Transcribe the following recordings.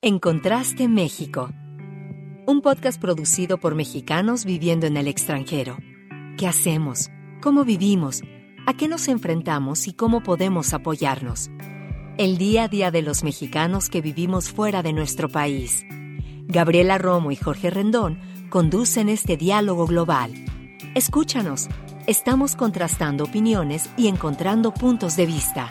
Encontraste México, un podcast producido por mexicanos viviendo en el extranjero. ¿Qué hacemos? ¿Cómo vivimos? ¿A qué nos enfrentamos y cómo podemos apoyarnos? El día a día de los mexicanos que vivimos fuera de nuestro país. Gabriela Romo y Jorge Rendón conducen este diálogo global. Escúchanos, estamos contrastando opiniones y encontrando puntos de vista.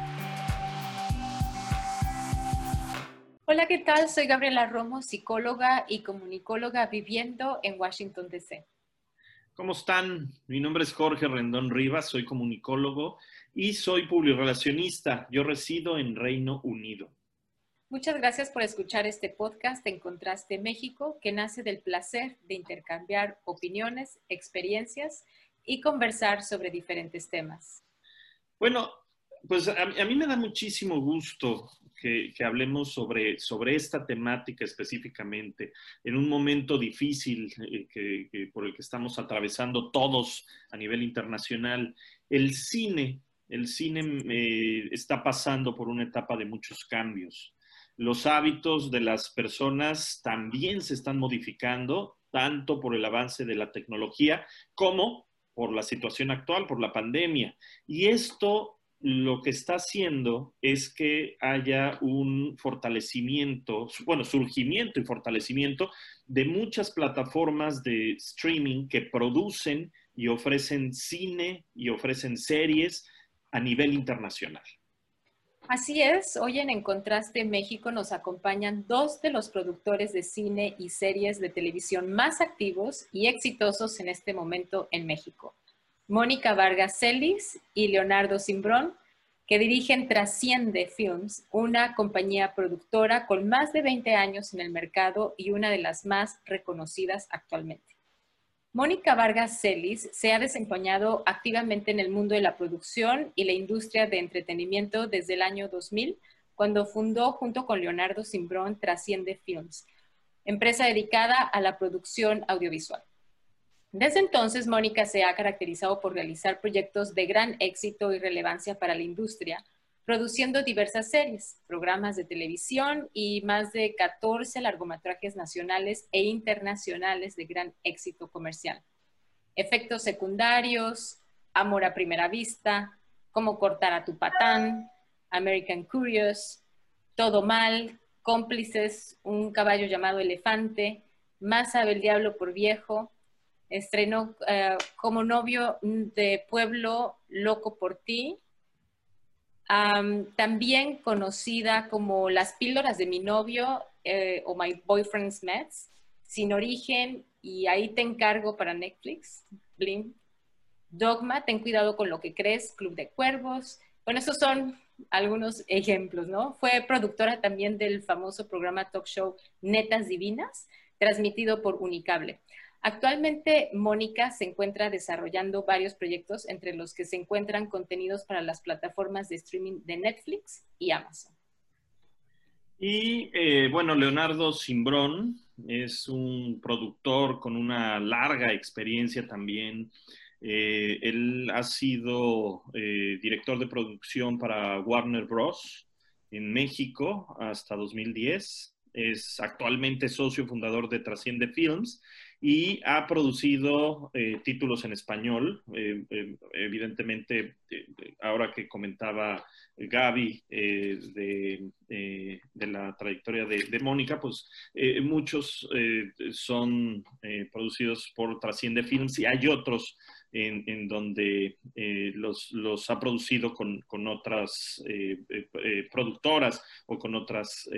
Hola, ¿qué tal? Soy Gabriela Romo, psicóloga y comunicóloga viviendo en Washington, D.C. ¿Cómo están? Mi nombre es Jorge Rendón Rivas, soy comunicólogo y soy publirelacionista. Yo resido en Reino Unido. Muchas gracias por escuchar este podcast En Contraste México, que nace del placer de intercambiar opiniones, experiencias y conversar sobre diferentes temas. Bueno, pues a mí me da muchísimo gusto que hablemos sobre esta temática específicamente, en un momento difícil por el que estamos atravesando todos a nivel internacional. El cine está pasando por una etapa de muchos cambios. Los hábitos de las personas también se están modificando, tanto por el avance de la tecnología como por la situación actual, por la pandemia. Y esto lo que está haciendo es que haya un fortalecimiento, surgimiento y fortalecimiento de muchas plataformas de streaming que producen y ofrecen cine y ofrecen series a nivel internacional. Así es, hoy en Contraste México nos acompañan dos de los productores de cine y series de televisión más activos y exitosos en este momento en México. Mónica Vargas Celis y Leonardo Cimbrón, que dirigen Trasciende Films, una compañía productora con más de 20 años en el mercado y una de las más reconocidas actualmente. Mónica Vargas Celis se ha desempeñado activamente en el mundo de la producción y la industria de entretenimiento desde el año 2000, cuando fundó junto con Leonardo Cimbrón Trasciende Films, empresa dedicada a la producción audiovisual. Desde entonces, Mónica se ha caracterizado por realizar proyectos de gran éxito y relevancia para la industria, produciendo diversas series, programas de televisión y más de 14 largometrajes nacionales e internacionales de gran éxito comercial. Efectos secundarios, Amor a primera vista, Cómo cortar a tu patán, American Curious, Todo mal, Cómplices, Un caballo llamado Elefante, Más sabe el diablo por viejo. Estrenó Como novio de pueblo, Loco por ti. También conocida como Las píldoras de mi novio o My Boyfriend's Meds, Sin origen y Ahí te encargo para Netflix, Blim. Dogma, Ten cuidado con lo que crees, Club de Cuervos. Bueno, esos son algunos ejemplos, ¿no? Fue productora también del famoso programa talk show Netas Divinas, transmitido por Unicable. Actualmente, Mónica se encuentra desarrollando varios proyectos, entre los que se encuentran contenidos para las plataformas de streaming de Netflix y Amazon. Y Leonardo Cimbrón es un productor con una larga experiencia también. Él ha sido director de producción para Warner Bros. En México hasta 2010. Es actualmente socio fundador de Trasciende Films y ha producido títulos en español. Evidentemente, ahora que comentaba Gaby de la trayectoria de Mónica, pues muchos son producidos por Trasciende Films y hay otros en donde los ha producido con otras productoras o con otras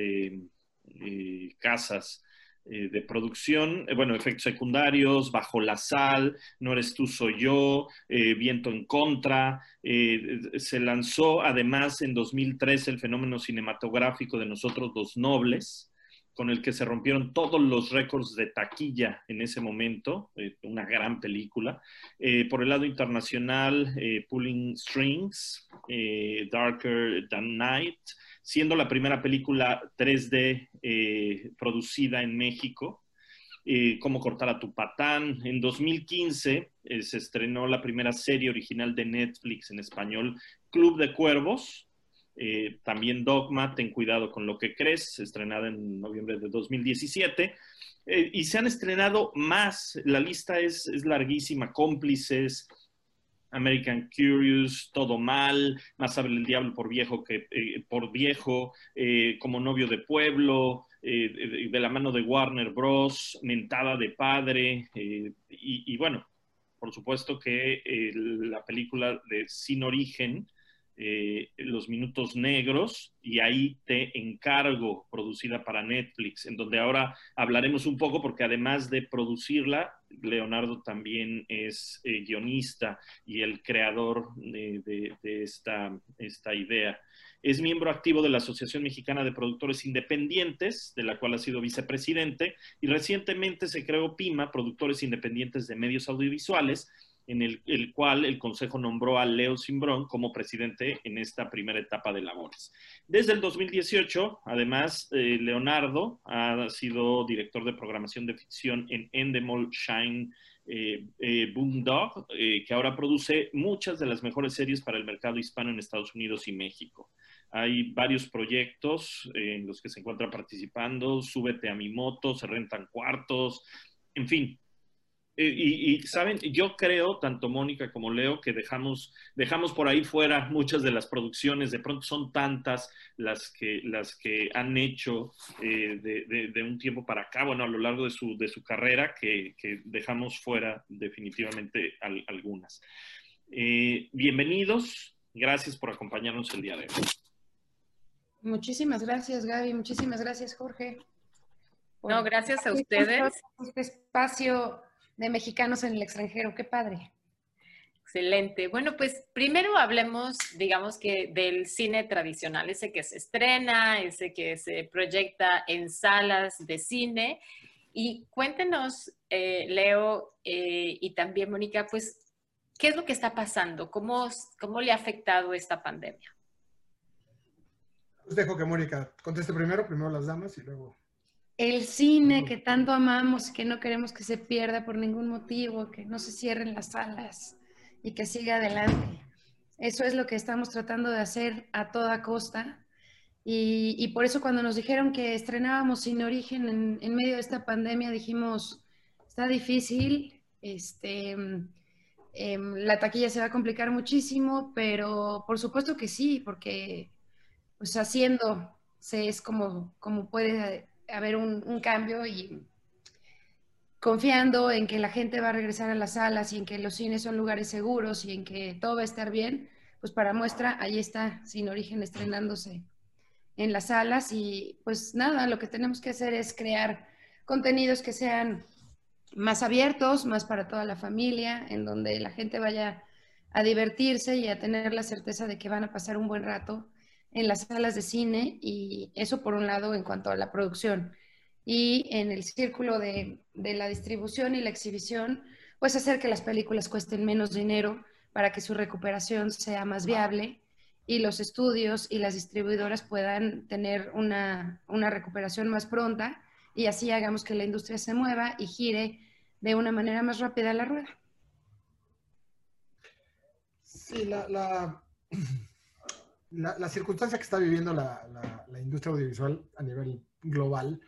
casas de producción, efectos secundarios, Bajo la sal, No eres tú, soy yo, Viento en contra. Se lanzó además en 2013 el fenómeno cinematográfico de Nosotros los Nobles, con el que se rompieron todos los récords de taquilla en ese momento, una gran película. Por el lado internacional, Pulling Strings, Darker Than Night, siendo la primera película 3D producida en México. Cómo cortar a tu patán. En 2015 se estrenó la primera serie original de Netflix en español, Club de Cuervos, También Dogma, Ten cuidado con lo que crees, estrenada en noviembre de 2017. Y se han estrenado más, la lista es larguísima, Cómplices, American Curious, Todo Mal, Más sabe el diablo por viejo que por viejo, Como novio de pueblo, de la mano de Warner Bros., Mentada de padre, y bueno, por supuesto que la película de Sin Origen, Los Minutos Negros, y Ahí te encargo, producida para Netflix, en donde ahora hablaremos un poco porque además de producirla, Leonardo también es guionista y el creador de esta idea. Es miembro activo de la Asociación Mexicana de Productores Independientes, de la cual ha sido vicepresidente, y recientemente se creó PIMA, Productores Independientes de Medios Audiovisuales, en el cual el Consejo nombró a Leo Simbrón como presidente en esta primera etapa de labores. Desde el 2018, además, Leonardo ha sido director de programación de ficción en Endemol Shine Boondog, que ahora produce muchas de las mejores series para el mercado hispano en Estados Unidos y México. Hay varios proyectos en los que se encuentra participando, Súbete a mi moto, Se rentan cuartos, en fin. Saben, yo creo, tanto Mónica como Leo, que dejamos por ahí fuera muchas de las producciones. De pronto son tantas las que han hecho de un tiempo para acá, bueno, a lo largo de su carrera, que dejamos fuera definitivamente algunas. Bienvenidos, gracias por acompañarnos el día de hoy. Muchísimas gracias, Gaby. Muchísimas gracias, Jorge. No, gracias a ustedes. Este espacio de mexicanos en el extranjero, qué padre. Excelente. Bueno, pues primero hablemos, digamos que del cine tradicional, ese que se estrena, ese que se proyecta en salas de cine. Y cuéntenos, Leo y también Mónica, pues, ¿qué es lo que está pasando? ¿Cómo le ha afectado esta pandemia? Pues dejo que Mónica conteste primero las damas y luego... El cine que tanto amamos, que no queremos que se pierda por ningún motivo, que no se cierren las salas y que siga adelante. Eso es lo que estamos tratando de hacer a toda costa. Y por eso cuando nos dijeron que estrenábamos Sin Origen en medio de esta pandemia, dijimos, está difícil, la taquilla se va a complicar muchísimo, pero por supuesto que sí, porque pues haciéndose es como puede haber un cambio, y confiando en que la gente va a regresar a las salas y en que los cines son lugares seguros y en que todo va a estar bien, pues para muestra, ahí está Sin Origen estrenándose en las salas. Y pues nada, lo que tenemos que hacer es crear contenidos que sean más abiertos, más para toda la familia, en donde la gente vaya a divertirse y a tener la certeza de que van a pasar un buen rato en las salas de cine. Y eso por un lado en cuanto a la producción. Y en el círculo de la distribución y la exhibición, pues hacer que las películas cuesten menos dinero para que su recuperación sea más viable y los estudios y las distribuidoras puedan tener una recuperación más pronta, y así hagamos que la industria se mueva y gire de una manera más rápida la rueda. Sí, la circunstancia que está viviendo la industria audiovisual a nivel global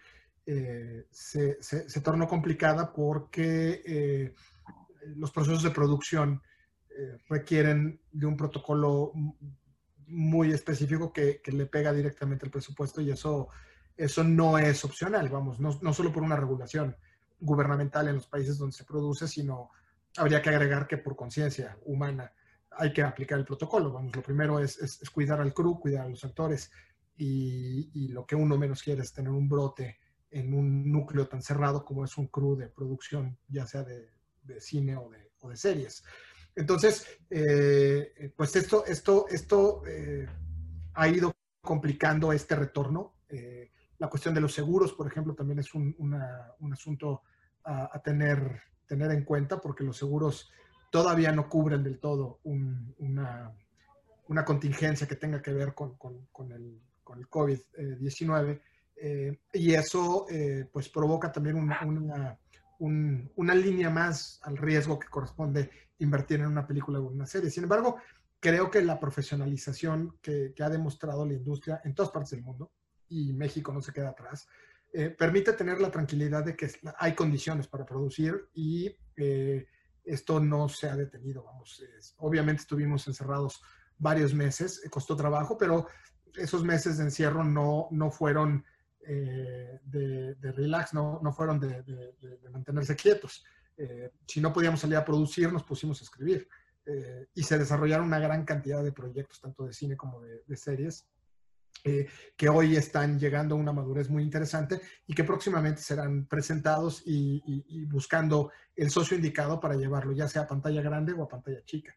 se tornó complicada porque los procesos de producción requieren de un protocolo muy específico que le pega directamente al presupuesto, y eso no es opcional, vamos, no solo por una regulación gubernamental en los países donde se produce, sino habría que agregar que por conciencia humana hay que aplicar el protocolo. Vamos, lo primero es cuidar al crew, cuidar a los actores, y lo que uno menos quiere es tener un brote en un núcleo tan cerrado como es un crew de producción, ya sea de cine o de series. Entonces, pues esto ha ido complicando este retorno. La cuestión de los seguros, por ejemplo, también es un asunto a tener en cuenta, porque los seguros todavía no cubren del todo una contingencia que tenga que ver con el COVID-19, y eso pues provoca también una línea más al riesgo que corresponde invertir en una película o una serie. Sin embargo, creo que la profesionalización que ha demostrado la industria en todas partes del mundo, y México no se queda atrás, permite tener la tranquilidad de que hay condiciones para producir y esto no se ha detenido. Vamos, obviamente estuvimos encerrados varios meses, costó trabajo, pero esos meses de encierro no fueron de relax, no fueron de mantenerse quietos. Si no podíamos salir a producir, nos pusimos a escribir. Y se desarrollaron una gran cantidad de proyectos, tanto de cine como de series, que hoy están llegando a una madurez muy interesante y que próximamente serán presentados y buscando el socio indicado para llevarlo, ya sea a pantalla grande o a pantalla chica.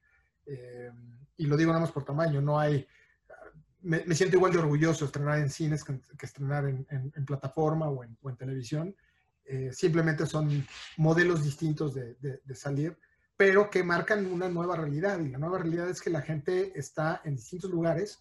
Y lo digo nada más por tamaño, no hay... Me siento igual de orgulloso estrenar en cines que estrenar en plataforma o en televisión. Simplemente son modelos distintos de salir, pero que marcan una nueva realidad. Y la nueva realidad es que la gente está en distintos lugares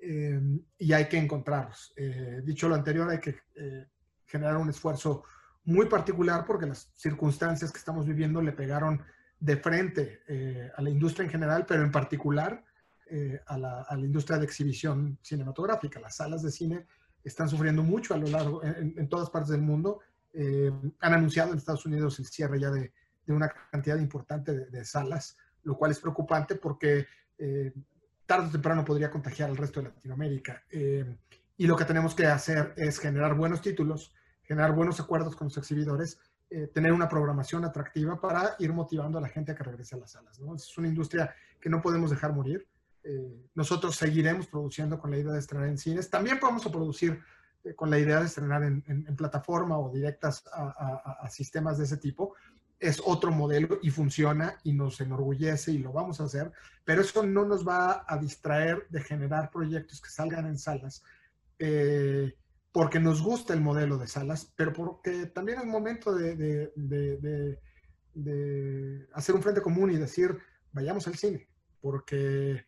y hay que encontrarlos. Dicho lo anterior, hay que generar un esfuerzo muy particular porque las circunstancias que estamos viviendo le pegaron de frente a la industria en general, pero en particular a la industria de exhibición cinematográfica. Las salas de cine están sufriendo mucho a lo largo, en todas partes del mundo. Han anunciado en Estados Unidos el cierre ya de una cantidad importante de salas, lo cual es preocupante porque tarde o temprano podría contagiar al resto de Latinoamérica. Y lo que tenemos que hacer es generar buenos títulos, generar buenos acuerdos con los exhibidores, tener una programación atractiva para ir motivando a la gente a que regrese a las salas, ¿no? Es una industria que no podemos dejar morir. Nosotros seguiremos produciendo con la idea de estrenar en cines. También podemos producir con la idea de estrenar en plataforma o directas a sistemas de ese tipo. Es otro modelo y funciona y nos enorgullece y lo vamos a hacer, pero eso no nos va a distraer de generar proyectos que salgan en salas, porque nos gusta el modelo de salas, pero porque también es momento de hacer un frente común y decir, vayamos al cine, porque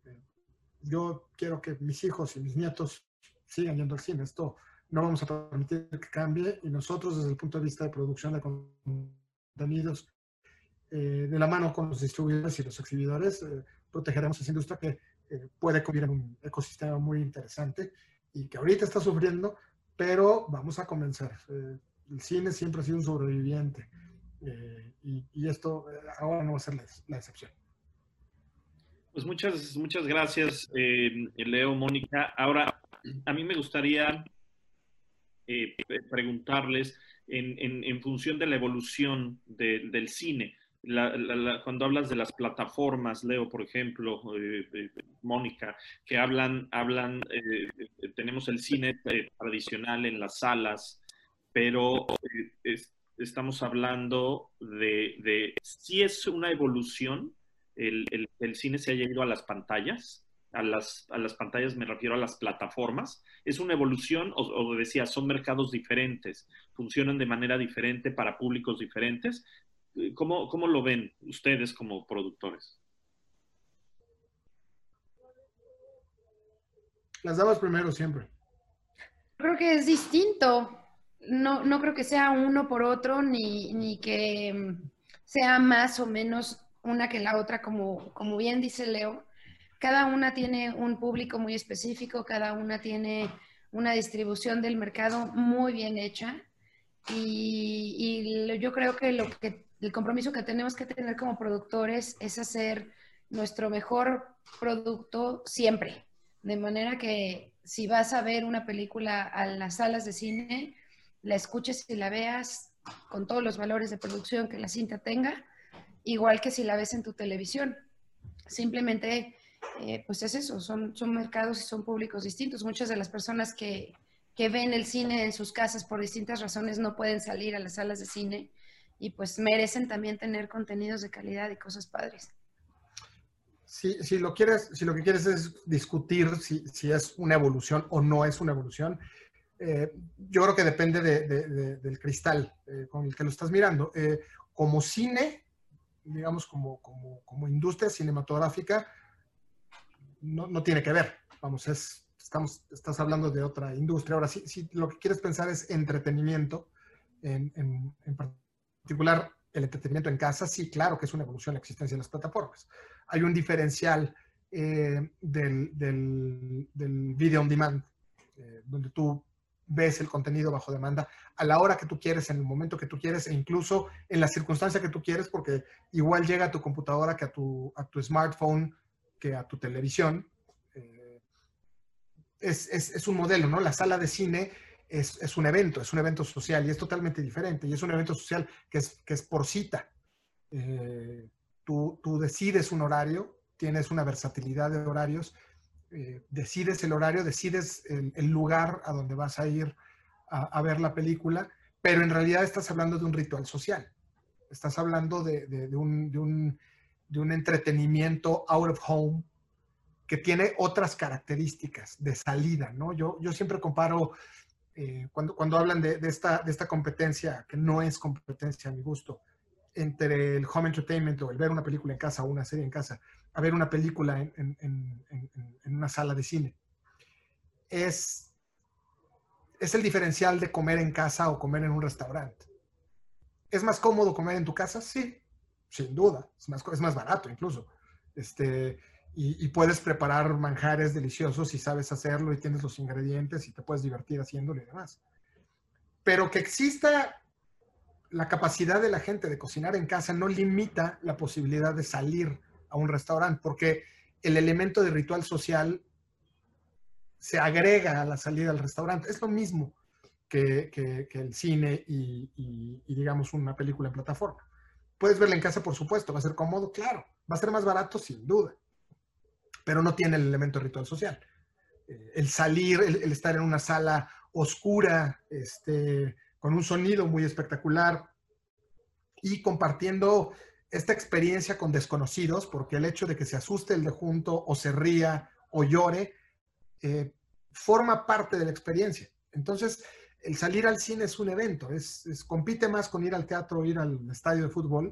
yo quiero que mis hijos y mis nietos sigan yendo al cine. Esto no vamos a permitir que cambie y nosotros desde el punto de vista de producción de contenidos, de la mano con los distribuidores y los exhibidores, protegeremos esa industria que puede convertir en un ecosistema muy interesante y que ahorita está sufriendo, pero vamos a comenzar. El cine siempre ha sido un sobreviviente y esto ahora no va a ser la excepción. Pues muchas gracias, Leo, Mónica. Ahora, a mí me gustaría preguntarles en función de la evolución del cine. Cuando hablas de las plataformas, Leo, por ejemplo, Mónica, que tenemos el cine tradicional en las salas, pero estamos hablando de si es una evolución el cine se haya ido a las pantallas. A las pantallas me refiero a las plataformas. ¿Es una evolución o decía, son mercados diferentes, funcionan de manera diferente para públicos diferentes? ¿Cómo lo ven ustedes como productores? Las damas primero siempre. Creo que es distinto. No creo que sea uno por otro, ni que sea más o menos una que la otra, como bien dice Leo. Cada una tiene un público muy específico, cada una tiene una distribución del mercado muy bien hecha y yo creo que el compromiso que tenemos que tener como productores es hacer nuestro mejor producto siempre. De manera que si vas a ver una película a las salas de cine, la escuches y la veas con todos los valores de producción que la cinta tenga, igual que si la ves en tu televisión. Simplemente, pues es eso, son mercados y son públicos distintos. Muchas de las personas que ven el cine en sus casas por distintas razones no pueden salir a las salas de cine y pues merecen también tener contenidos de calidad y cosas padres. Si lo que quieres es discutir si es una evolución o no es una evolución, yo creo que depende del cristal con el que lo estás mirando. Como cine, digamos, como industria cinematográfica, no tiene que ver. Vamos, estás hablando de otra industria. Ahora, si lo que quieres pensar es entretenimiento, en particular el entretenimiento en casa, sí, claro que es una evolución la existencia de las plataformas. Hay un diferencial del video on demand, donde tú ves el contenido bajo demanda a la hora que tú quieres, en el momento que tú quieres, e incluso en la circunstancia que tú quieres, porque igual llega a tu computadora que a tu smartphone, que a tu televisión. Es un modelo, ¿no? La sala de cine es un evento social y es totalmente diferente. Y es un evento social que es por cita. Tú decides un horario, tienes una versatilidad de horarios, decides el horario, decides el lugar a donde vas a ir a ver la película, pero en realidad estás hablando de un ritual social. Estás hablando de un entretenimiento out of home que tiene otras características de salida, ¿no? Yo siempre comparo, cuando hablan de esta competencia, que no es competencia a mi gusto, entre el home entertainment o el ver una película en casa o una serie en casa, a ver una película en una sala de cine. Es el diferencial de comer en casa o comer en un restaurante. ¿Es más cómodo comer en tu casa? Sí, sin duda. Es más barato incluso. Y puedes preparar manjares deliciosos si sabes hacerlo y tienes los ingredientes y te puedes divertir haciéndolo y demás. Pero que exista la capacidad de la gente de cocinar en casa no limita la posibilidad de salir a un restaurante, porque el elemento de ritual social se agrega a la salida al restaurante. Es lo mismo que el cine y digamos una película en plataforma. Puedes verla en casa, por supuesto, va a ser cómodo, claro, va a ser más barato, sin duda, pero no tiene el elemento ritual social. El salir, el estar en una sala oscura, con un sonido muy espectacular y compartiendo esta experiencia con desconocidos, porque el hecho de que se asuste el de junto o se ría o llore, forma parte de la experiencia. Entonces, el salir al cine es un evento, compite más con ir al teatro o ir al estadio de fútbol,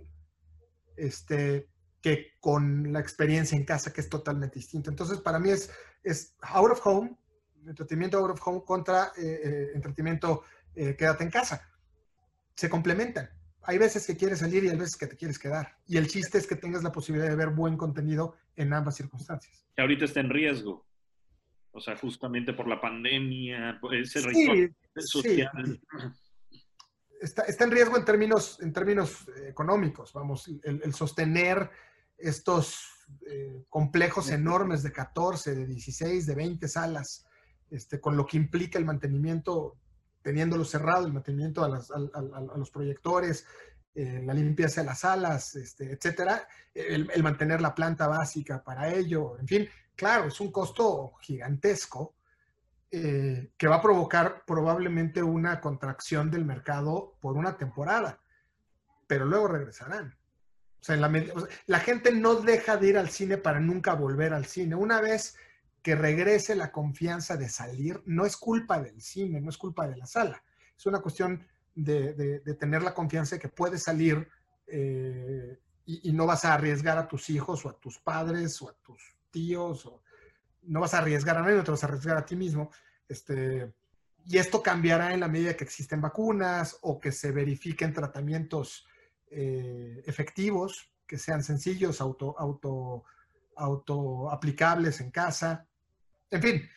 que con la experiencia en casa, que es totalmente distinta. Entonces, para mí es out of home, entretenimiento out of home contra entretenimiento quédate en casa. Se complementan. Hay veces que quieres salir y hay veces que te quieres quedar. Y el chiste es que tengas la posibilidad de ver buen contenido en ambas circunstancias. Que ahorita está en riesgo. O sea, justamente por la pandemia, por ese ritual social. Sí. Está en riesgo en términos económicos. Vamos, el sostener estos complejos enormes de 14, de 16, de 20 salas, con lo que implica el mantenimiento, teniéndolo cerrado, el mantenimiento a los proyectores, la limpieza de las salas, etcétera, el mantener la planta básica para ello, en fin, claro, es un costo gigantesco que va a provocar probablemente una contracción del mercado por una temporada, pero luego regresarán. O sea, la gente no deja de ir al cine para nunca volver al cine. Una vez que regrese la confianza de salir, no es culpa del cine, no es culpa de la sala. Es una cuestión de tener la confianza de que puedes salir y no vas a arriesgar a tus hijos o a tus padres o a tus tíos, o no vas a arriesgar a nadie, no te vas a arriesgar a ti mismo. Y esto cambiará en la medida que existen vacunas o que se verifiquen tratamientos efectivos, que sean sencillos, auto aplicables en casa. En fin,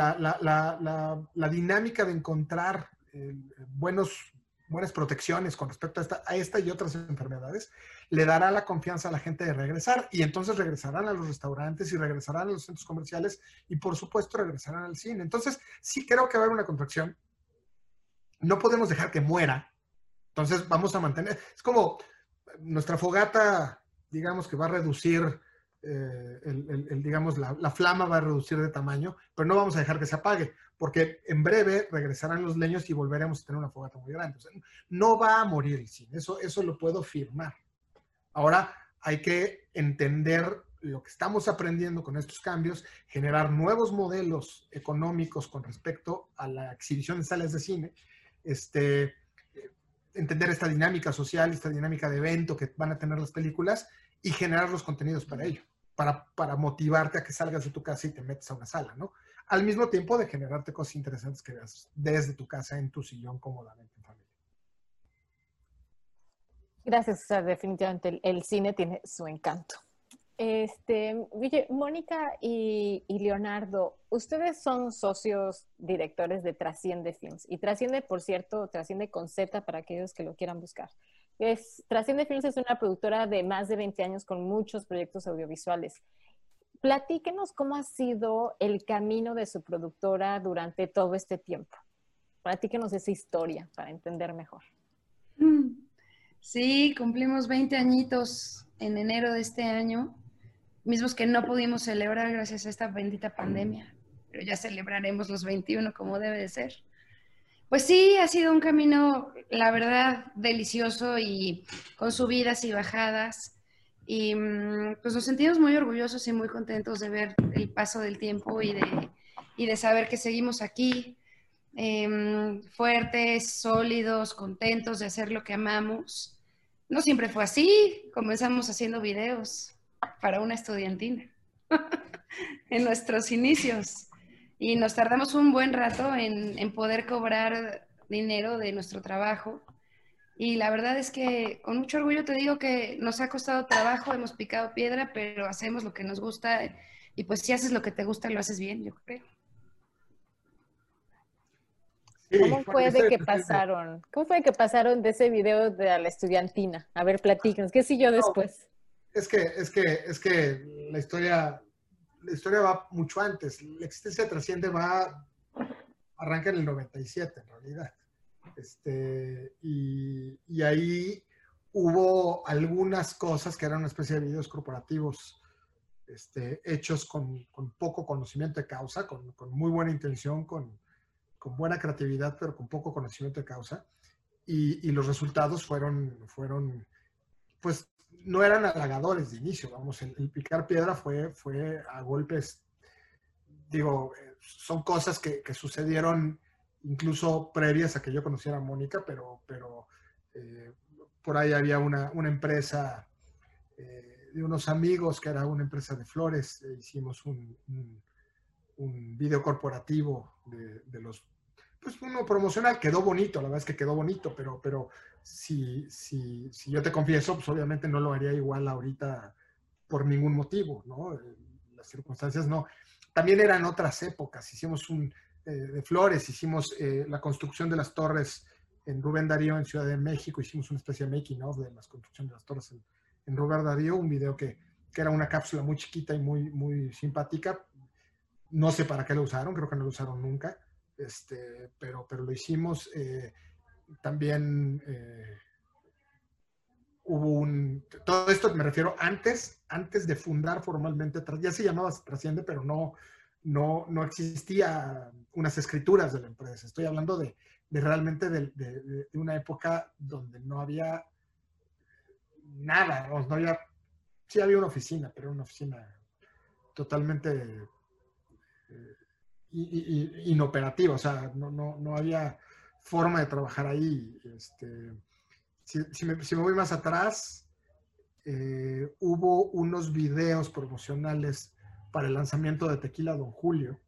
la dinámica de encontrar buenas protecciones con respecto a esta y otras enfermedades le dará la confianza a la gente de regresar, y entonces regresarán a los restaurantes y regresarán a los centros comerciales y por supuesto regresarán al cine. Entonces sí creo que va a haber una contracción. No podemos dejar que muera. Entonces vamos a mantener, es como nuestra fogata, digamos que va a reducir, digamos, la flama va a reducir de tamaño, pero no vamos a dejar que se apague, porque en breve regresarán los leños y volveremos a tener una fogata muy grande. O sea, no va a morir el cine, eso lo puedo firmar. Ahora hay que entender lo que estamos aprendiendo con estos cambios, generar nuevos modelos económicos con respecto a la exhibición en salas de cine, entender esta dinámica social, esta dinámica de evento que van a tener las películas y generar los contenidos para ello, para motivarte a que salgas de tu casa y te metas a una sala, ¿no? Al mismo tiempo de generarte cosas interesantes que veas desde tu casa, en tu sillón, cómodamente en familia. Gracias, o sea, definitivamente el cine tiene su encanto. Oye, Mónica y Leonardo, ustedes son socios directores de Trasciende Films. Y Trasciende, por cierto, Trasciende con Z para aquellos que lo quieran buscar. Trasciende Films es una productora de más de 20 años con muchos proyectos audiovisuales. Platíquenos cómo ha sido el camino de su productora durante todo este tiempo. Platíquenos esa historia para entender mejor. Sí, cumplimos 20 añitos en enero de este año, mismos que no pudimos celebrar gracias a esta bendita pandemia, pero ya celebraremos los 21 como debe de ser. Pues sí, ha sido un camino, la verdad, delicioso y con subidas y bajadas. Y pues nos sentimos muy orgullosos y muy contentos de ver el paso del tiempo y de saber que seguimos aquí, fuertes, sólidos, contentos de hacer lo que amamos. No siempre fue así, comenzamos haciendo videos para una estudiantina en nuestros inicios. Y nos tardamos un buen rato en poder cobrar dinero de nuestro trabajo. Y la verdad es que con mucho orgullo te digo que nos ha costado trabajo, hemos picado piedra, pero hacemos lo que nos gusta. Y pues si haces lo que te gusta, lo haces bien, yo creo. Sí, ¿Cómo fue de que Trasciende. pasaron? ¿Cómo fue que pasaron de ese video de la estudiantina? A ver, platíquenos. ¿Qué siguió después? Es que la historia va mucho antes. La existencia de Trasciende arranca en el 97, en realidad. Y ahí hubo algunas cosas que eran una especie de videos corporativos hechos con poco conocimiento de causa, con muy buena intención, con buena creatividad, pero con poco conocimiento de causa. Y los resultados fueron, pues, no eran halagadores de inicio. Vamos, el picar piedra fue a golpes. Digo, son cosas que sucedieron incluso previas a que yo conociera a Mónica, pero por ahí había una empresa de unos amigos que era una empresa de flores. Hicimos un video corporativo de los, pues uno promocional, quedó bonito, la verdad es que quedó bonito, pero si yo te confieso, pues obviamente no lo haría igual ahorita por ningún motivo, ¿no? Las circunstancias no. También eran otras épocas, hicimos de flores, hicimos la construcción de las torres en Rubén Darío, en Ciudad de México, hicimos una especie de making of de la construcción de las torres en Rubén Darío, un video que era una cápsula muy chiquita y muy, muy simpática. No sé para qué lo usaron, creo que no lo usaron nunca, pero lo hicimos. También hubo todo esto me refiero antes de fundar formalmente, ya se llamaba Trasciende, pero no existía unas escrituras de la empresa. Estoy hablando de realmente de una época donde no había nada, no había, sí había una oficina, pero una oficina totalmente inoperativa, o sea, no había forma de trabajar ahí. Si me voy más atrás, hubo unos videos promocionales para el lanzamiento de Tequila Don Julio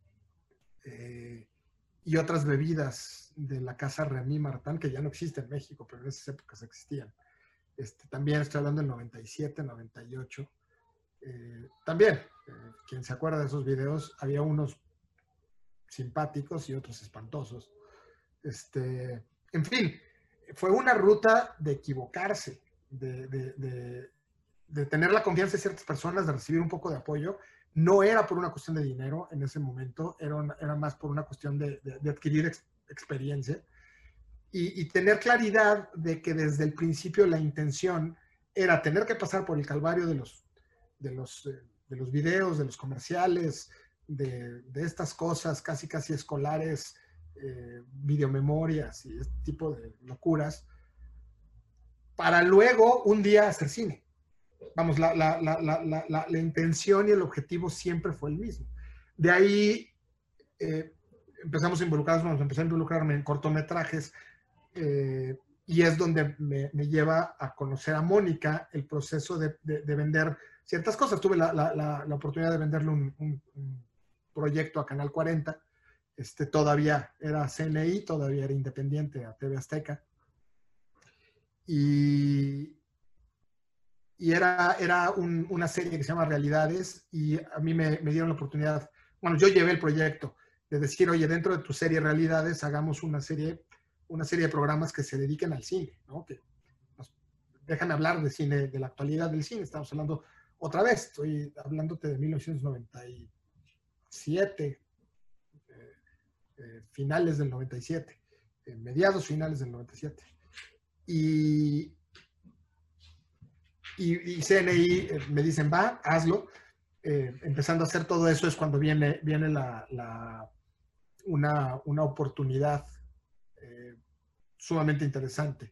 y otras bebidas de la casa Remy Martin, que ya no existe en México, pero en esas épocas existían. También estoy hablando del 97, 98. También, quien se acuerda de esos videos, había unos simpáticos y otros espantosos. En fin, fue una ruta de equivocarse, de tener la confianza de ciertas personas, de recibir un poco de apoyo. No era por una cuestión de dinero en ese momento, era más por una cuestión de adquirir experiencia y tener claridad de que desde el principio la intención era tener que pasar por el calvario de los videos, de los comerciales, de estas cosas casi escolares, videomemorias y este tipo de locuras, para luego un día hacer cine. Vamos, la intención y el objetivo siempre fue el mismo. De ahí empezamos a involucrarnos, empecé a involucrarme en cortometrajes, y es donde me lleva a conocer a Mónica, el proceso de vender ciertas cosas. Tuve la oportunidad de venderle un proyecto a Canal 40, todavía era CNI, todavía era independiente, a TV Azteca. Y y era una serie que se llama Realidades, y a mí me dieron la oportunidad, bueno, yo llevé el proyecto de decir, oye, dentro de tu serie Realidades, hagamos una serie de programas que se dediquen al cine, ¿no? Déjame hablar de cine, de la actualidad del cine. Estamos hablando, otra vez, estoy hablándote de 1997, finales del 97, mediados finales del 97. Y CNI me dicen, va, hazlo. Empezando a hacer todo eso es cuando viene una oportunidad sumamente interesante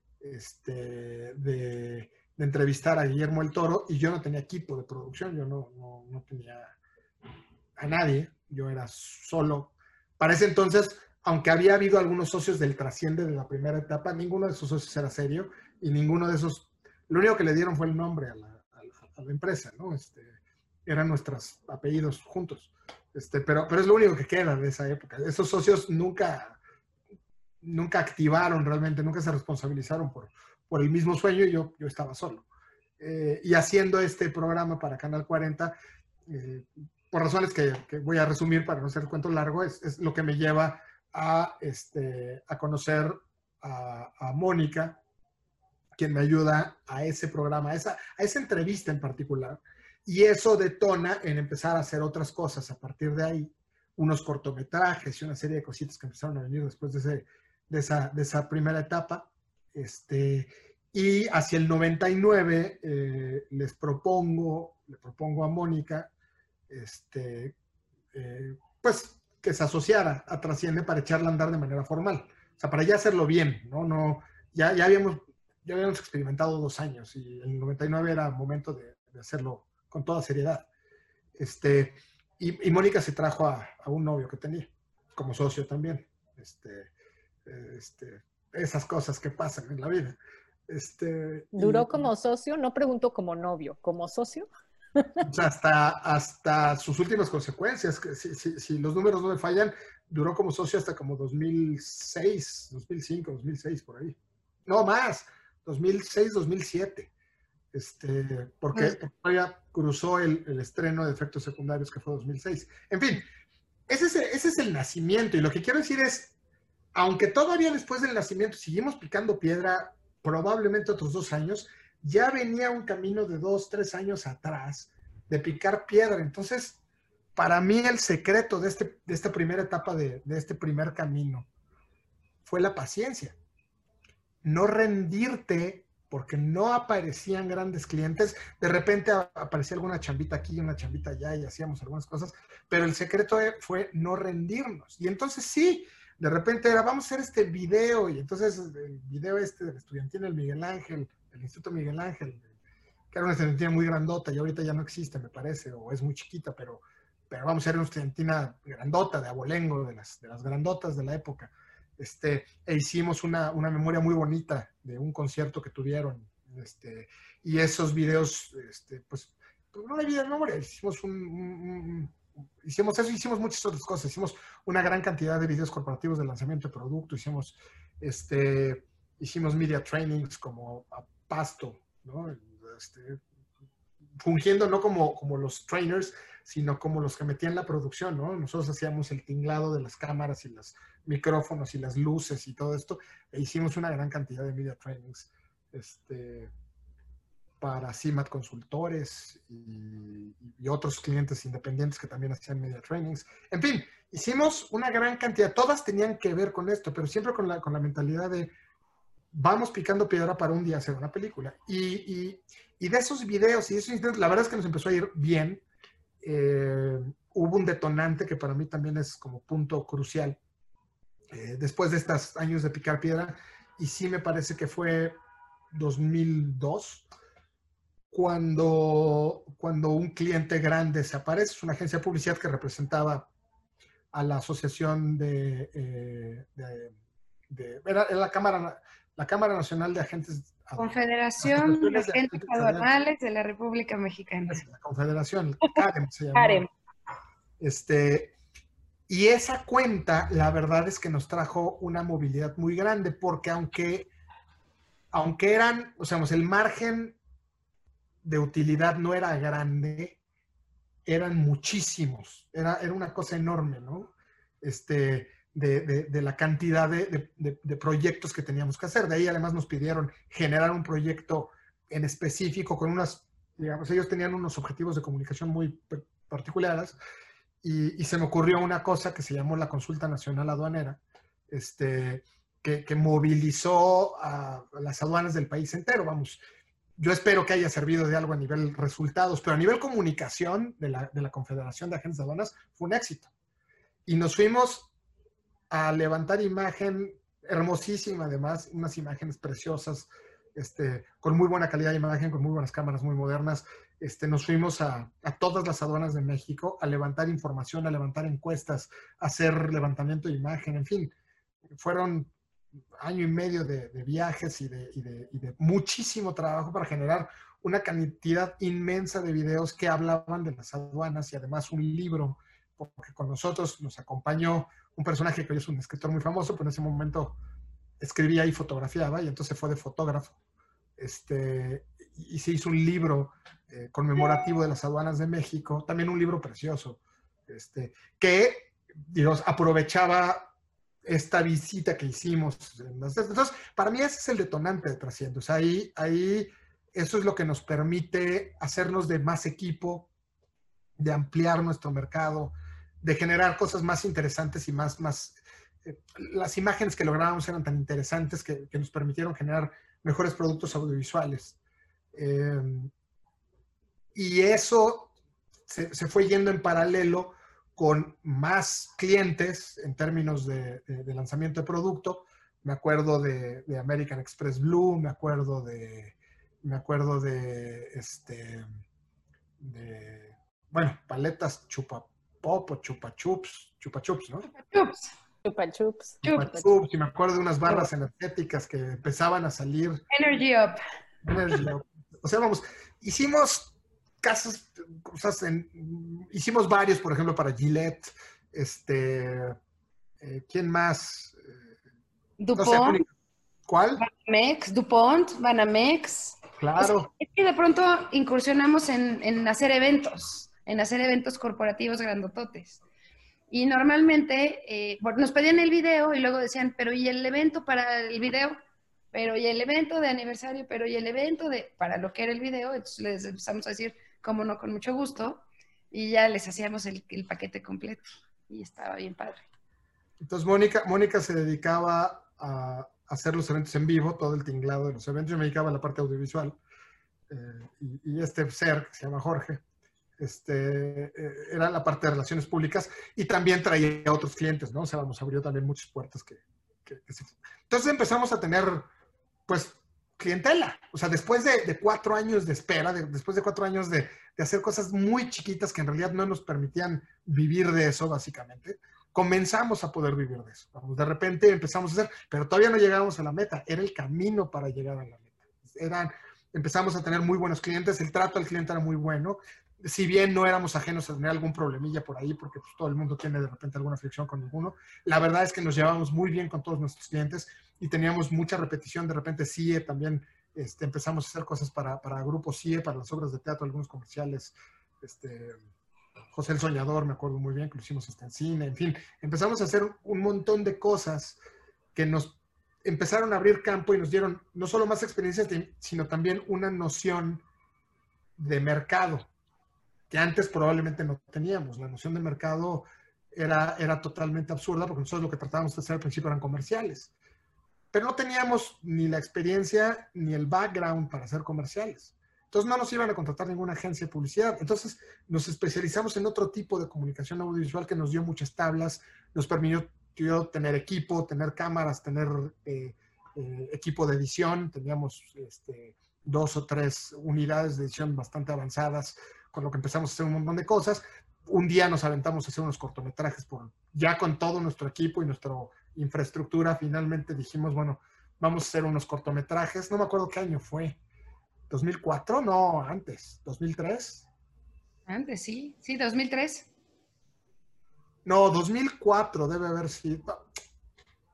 de entrevistar a Guillermo del Toro, y yo no tenía equipo de producción, yo no tenía a nadie, yo era solo. Para ese entonces, aunque había habido algunos socios del Trasciende de la primera etapa, ninguno de esos socios era serio, y ninguno de esos, lo único que le dieron fue el nombre a la empresa, ¿no? Eran nuestros apellidos juntos. Pero es lo único que queda de esa época. Esos socios nunca activaron realmente, nunca se responsabilizaron por el mismo sueño, y yo estaba solo. Y haciendo este programa para Canal 40, por razones que voy a resumir para no hacer el cuento largo, es lo que me lleva a conocer a Mónica, quien me ayuda a ese programa, a esa entrevista en particular. Y eso detona en empezar a hacer otras cosas a partir de ahí, unos cortometrajes y una serie de cositas que empezaron a venir después de esa primera etapa. Y hacia el 99 le propongo a Mónica pues que se asociara a Trasciende para echarla a andar de manera formal. O sea, para ya hacerlo bien, ¿no? Ya habíamos experimentado 2 años, y en el 99 era momento de hacerlo con toda seriedad. Y Mónica se trajo a un novio que tenía, como socio también. Esas cosas que pasan en la vida. ¿Duró como socio? No pregunto como novio, ¿como socio? O sea, hasta sus últimas consecuencias, que si los números no me fallan, duró como socio hasta como 2006, 2005, 2006, por ahí. No más, 2006, 2007. Porque todavía cruzó el estreno de Efectos Secundarios, que fue 2006. En fin, ese es el nacimiento. Y lo que quiero decir es, aunque todavía después del nacimiento seguimos picando piedra, probablemente otros 2 años, ya venía un camino de 2, 3 años atrás de picar piedra. Entonces, para mí el secreto de esta primera etapa, de este primer camino, fue la paciencia. No rendirte porque no aparecían grandes clientes. De repente aparecía alguna chambita aquí y una chambita allá, y hacíamos algunas cosas, pero el secreto fue no rendirnos. Y entonces sí, de repente vamos a hacer este video, y entonces el video del estudiantil del Miguel Ángel, el Instituto Miguel Ángel, que era una estudiantina muy grandota, y ahorita ya no existe, me parece, o es muy chiquita, pero vamos a hacer una estudiantina grandota, de abolengo, de las grandotas de la época. Hicimos una memoria muy bonita de un concierto que tuvieron, y esos videos, pues no hay video de memoria, hicimos eso, hicimos muchas otras cosas, hicimos una gran cantidad de videos corporativos de lanzamiento de producto, hicimos media trainings como a pasto, ¿no? Fungiendo no como los trainers, sino como los que metían la producción, ¿no? Nosotros hacíamos el tinglado de las cámaras y los micrófonos y las luces y todo esto, e hicimos una gran cantidad de media trainings para CIMAT Consultores y otros clientes independientes que también hacían media trainings. En fin, hicimos una gran cantidad, todas tenían que ver con esto, pero siempre con la mentalidad de vamos picando piedra para un día hacer una película. Y de esos videos y de esos intentos, la verdad es que nos empezó a ir bien. Hubo un detonante que para mí también es como punto crucial. Después de estos años de picar piedra, y sí me parece que fue 2002, cuando un cliente grande se aparece. Es una agencia de publicidad que representaba a la asociación era la Cámara Nacional de Agentes... Confederación de Agentes Aduanales de la República Mexicana. La Confederación, CAREM se llamaba. CAREM. Y esa cuenta, la verdad es que nos trajo una movilidad muy grande, porque aunque eran, o sea, el margen de utilidad no era grande, eran muchísimos. Era una cosa enorme, ¿no? De la cantidad de proyectos que teníamos que hacer. De ahí además nos pidieron generar un proyecto en específico con unas, digamos, ellos tenían unos objetivos de comunicación muy particulares y se me ocurrió una cosa que se llamó la Consulta Nacional Aduanera, que movilizó a las aduanas del país entero. Vamos, yo espero que haya servido de algo a nivel resultados, pero a nivel comunicación de la Confederación de Agentes de Aduanas fue un éxito. Y nos fuimos a levantar imagen hermosísima, además, unas imágenes preciosas, con muy buena calidad de imagen, con muy buenas cámaras, muy modernas. Nos fuimos a todas las aduanas de México a levantar información, a levantar encuestas, a hacer levantamiento de imagen, en fin. Fueron año y medio de viajes y de muchísimo trabajo para generar una cantidad inmensa de videos que hablaban de las aduanas y además un libro, porque con nosotros nos acompañó un personaje que hoy es un escritor muy famoso, pero en ese momento escribía y fotografiaba y entonces fue de fotógrafo. Y se hizo un libro conmemorativo de las aduanas de México, también un libro precioso, que, digamos, aprovechaba esta visita que hicimos. Entonces, para mí ese es el detonante de Trasciende. O sea, ahí eso es lo que nos permite hacernos de más equipo, de ampliar nuestro mercado, de generar cosas más interesantes y más las imágenes que lográbamos eran tan interesantes que nos permitieron generar mejores productos audiovisuales. Y eso se fue yendo en paralelo con más clientes en términos de lanzamiento de producto. Me acuerdo de American Express Blue, me acuerdo de bueno, paletas Chupa Pop o Chupa Chups, ¿no? Chupa Chups. Y me acuerdo de unas barras energéticas que empezaban a salir. Energy Up. O sea, vamos, hicimos hicimos varios, por ejemplo, para Gillette, ¿quién más? DuPont. No sé, ¿cuál? DuPont, Banamex. Claro. Es que de pronto incursionamos en hacer eventos corporativos grandototes. Y normalmente nos pedían el video y luego decían, pero ¿y el evento para el video? Pero ¿y el evento de aniversario? Pero ¿y el evento para lo que era el video? Entonces les empezamos a decir, cómo no, con mucho gusto. Y ya les hacíamos el paquete completo. Y estaba bien padre. Entonces Mónica se dedicaba a hacer los eventos en vivo, todo el tinglado de los eventos. Yo me dedicaba a la parte audiovisual. Y este ser, que se llama Jorge, era la parte de relaciones públicas y también traía a otros clientes, ¿no? O sea, nos abrió también muchas puertas Entonces empezamos a tener, pues, clientela. O sea, después de 4 años de espera, después de 4 años de hacer cosas muy chiquitas que en realidad no nos permitían vivir de eso, básicamente, comenzamos a poder vivir de eso. Vamos, de repente empezamos a hacer, pero todavía no llegábamos a la meta. Era el camino para llegar a la meta. Empezamos a tener muy buenos clientes, el trato al cliente era muy bueno. Si bien no éramos ajenos a tener algún problemilla por ahí, porque pues, todo el mundo tiene de repente alguna fricción con ninguno, la verdad es que nos llevábamos muy bien con todos nuestros clientes y teníamos mucha repetición. De repente CIE también, empezamos a hacer cosas para grupos CIE, para las obras de teatro, algunos comerciales, José el Soñador, me acuerdo muy bien, que lo hicimos hasta en cine, en fin, empezamos a hacer un montón de cosas que nos empezaron a abrir campo y nos dieron no solo más experiencias, sino también una noción de mercado que antes probablemente no teníamos. La noción de mercado era totalmente absurda porque nosotros lo que tratábamos de hacer al principio eran comerciales. Pero no teníamos ni la experiencia ni el background para hacer comerciales. Entonces no nos iban a contratar ninguna agencia de publicidad. Entonces nos especializamos en otro tipo de comunicación audiovisual que nos dio muchas tablas, nos permitió tener equipo, tener cámaras, tener equipo de edición. Teníamos 2 o 3 unidades de edición bastante avanzadas, con lo que empezamos a hacer un montón de cosas. Un día nos aventamos a hacer unos cortometrajes ya con todo nuestro equipo y nuestra infraestructura. Finalmente dijimos, bueno, vamos a hacer unos cortometrajes. No me acuerdo qué año fue. ¿2004? No, antes. ¿2003? Antes, sí. Sí, 2003. No, 2004 debe haber sido.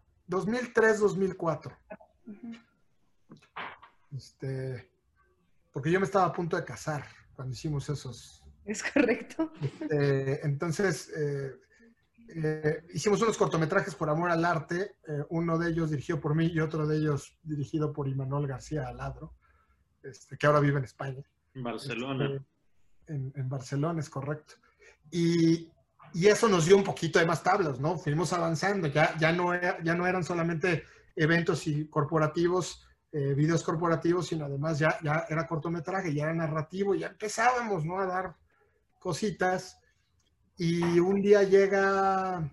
2003, 2004. porque yo me estaba a punto de casar cuando hicimos esos. Es correcto. Entonces, hicimos unos cortometrajes por amor al arte, uno de ellos dirigido por mí y otro de ellos dirigido por Imanol García Aladro, que ahora vive en España. En Barcelona. En Barcelona, es correcto. Y eso nos dio un poquito de más tablas, ¿no? Fuimos avanzando, ya no eran solamente eventos y corporativos, videos corporativos, sino además ya era cortometraje, ya era narrativo, ya empezábamos, ¿no? A dar cositas. Y un día llega,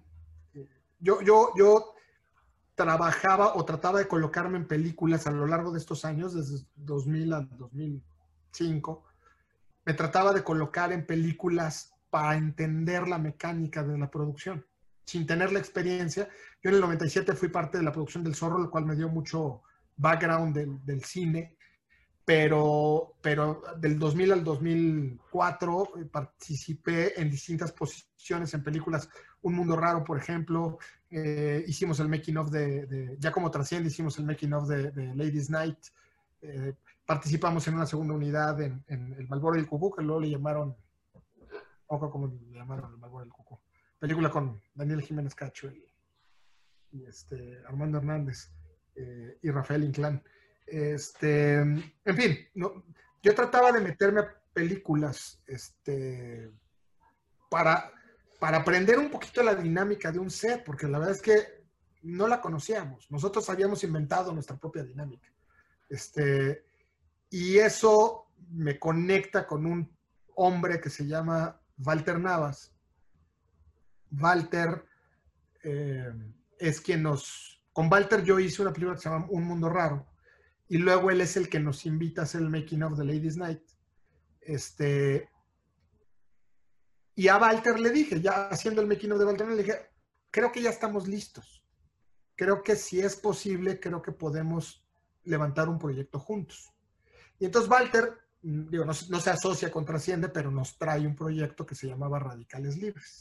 yo trabajaba o trataba de colocarme en películas a lo largo de estos años, desde 2000 al 2005, me trataba de colocar en películas para entender la mecánica de la producción, sin tener la experiencia. Yo en el 97 fui parte de la producción del Zorro, lo cual me dio mucho background del cine, pero del 2000 al 2004 participé en distintas posiciones en películas. Un Mundo Raro, por ejemplo, hicimos el making of ya como Trasciende, hicimos el making of de Ladies Night, participamos en una segunda unidad en El Malboro y el Cucú, que luego le llamaron, ¿cómo le llamaron? El Malboro y el Cucú. Película con Daniel Jiménez Cacho y Armando Hernández y Rafael Inclán. En fin, no, yo trataba de meterme a películas para aprender un poquito la dinámica de un set, porque la verdad es que no la conocíamos. Nosotros habíamos inventado nuestra propia dinámica. Y eso me conecta con un hombre que se llama Walter Navas. Walter es quien con Walter yo hice una película que se llama Un Mundo Raro, y luego él es el que nos invita a hacer el making of the Ladies Night. Y a Walter le dije, ya haciendo el making of de Walter, le dije, creo que ya estamos listos. Creo que si es posible, creo que podemos levantar un proyecto juntos. Y entonces Walter, digo, no se asocia con Trasciende, pero nos trae un proyecto que se llamaba Radicales Libres.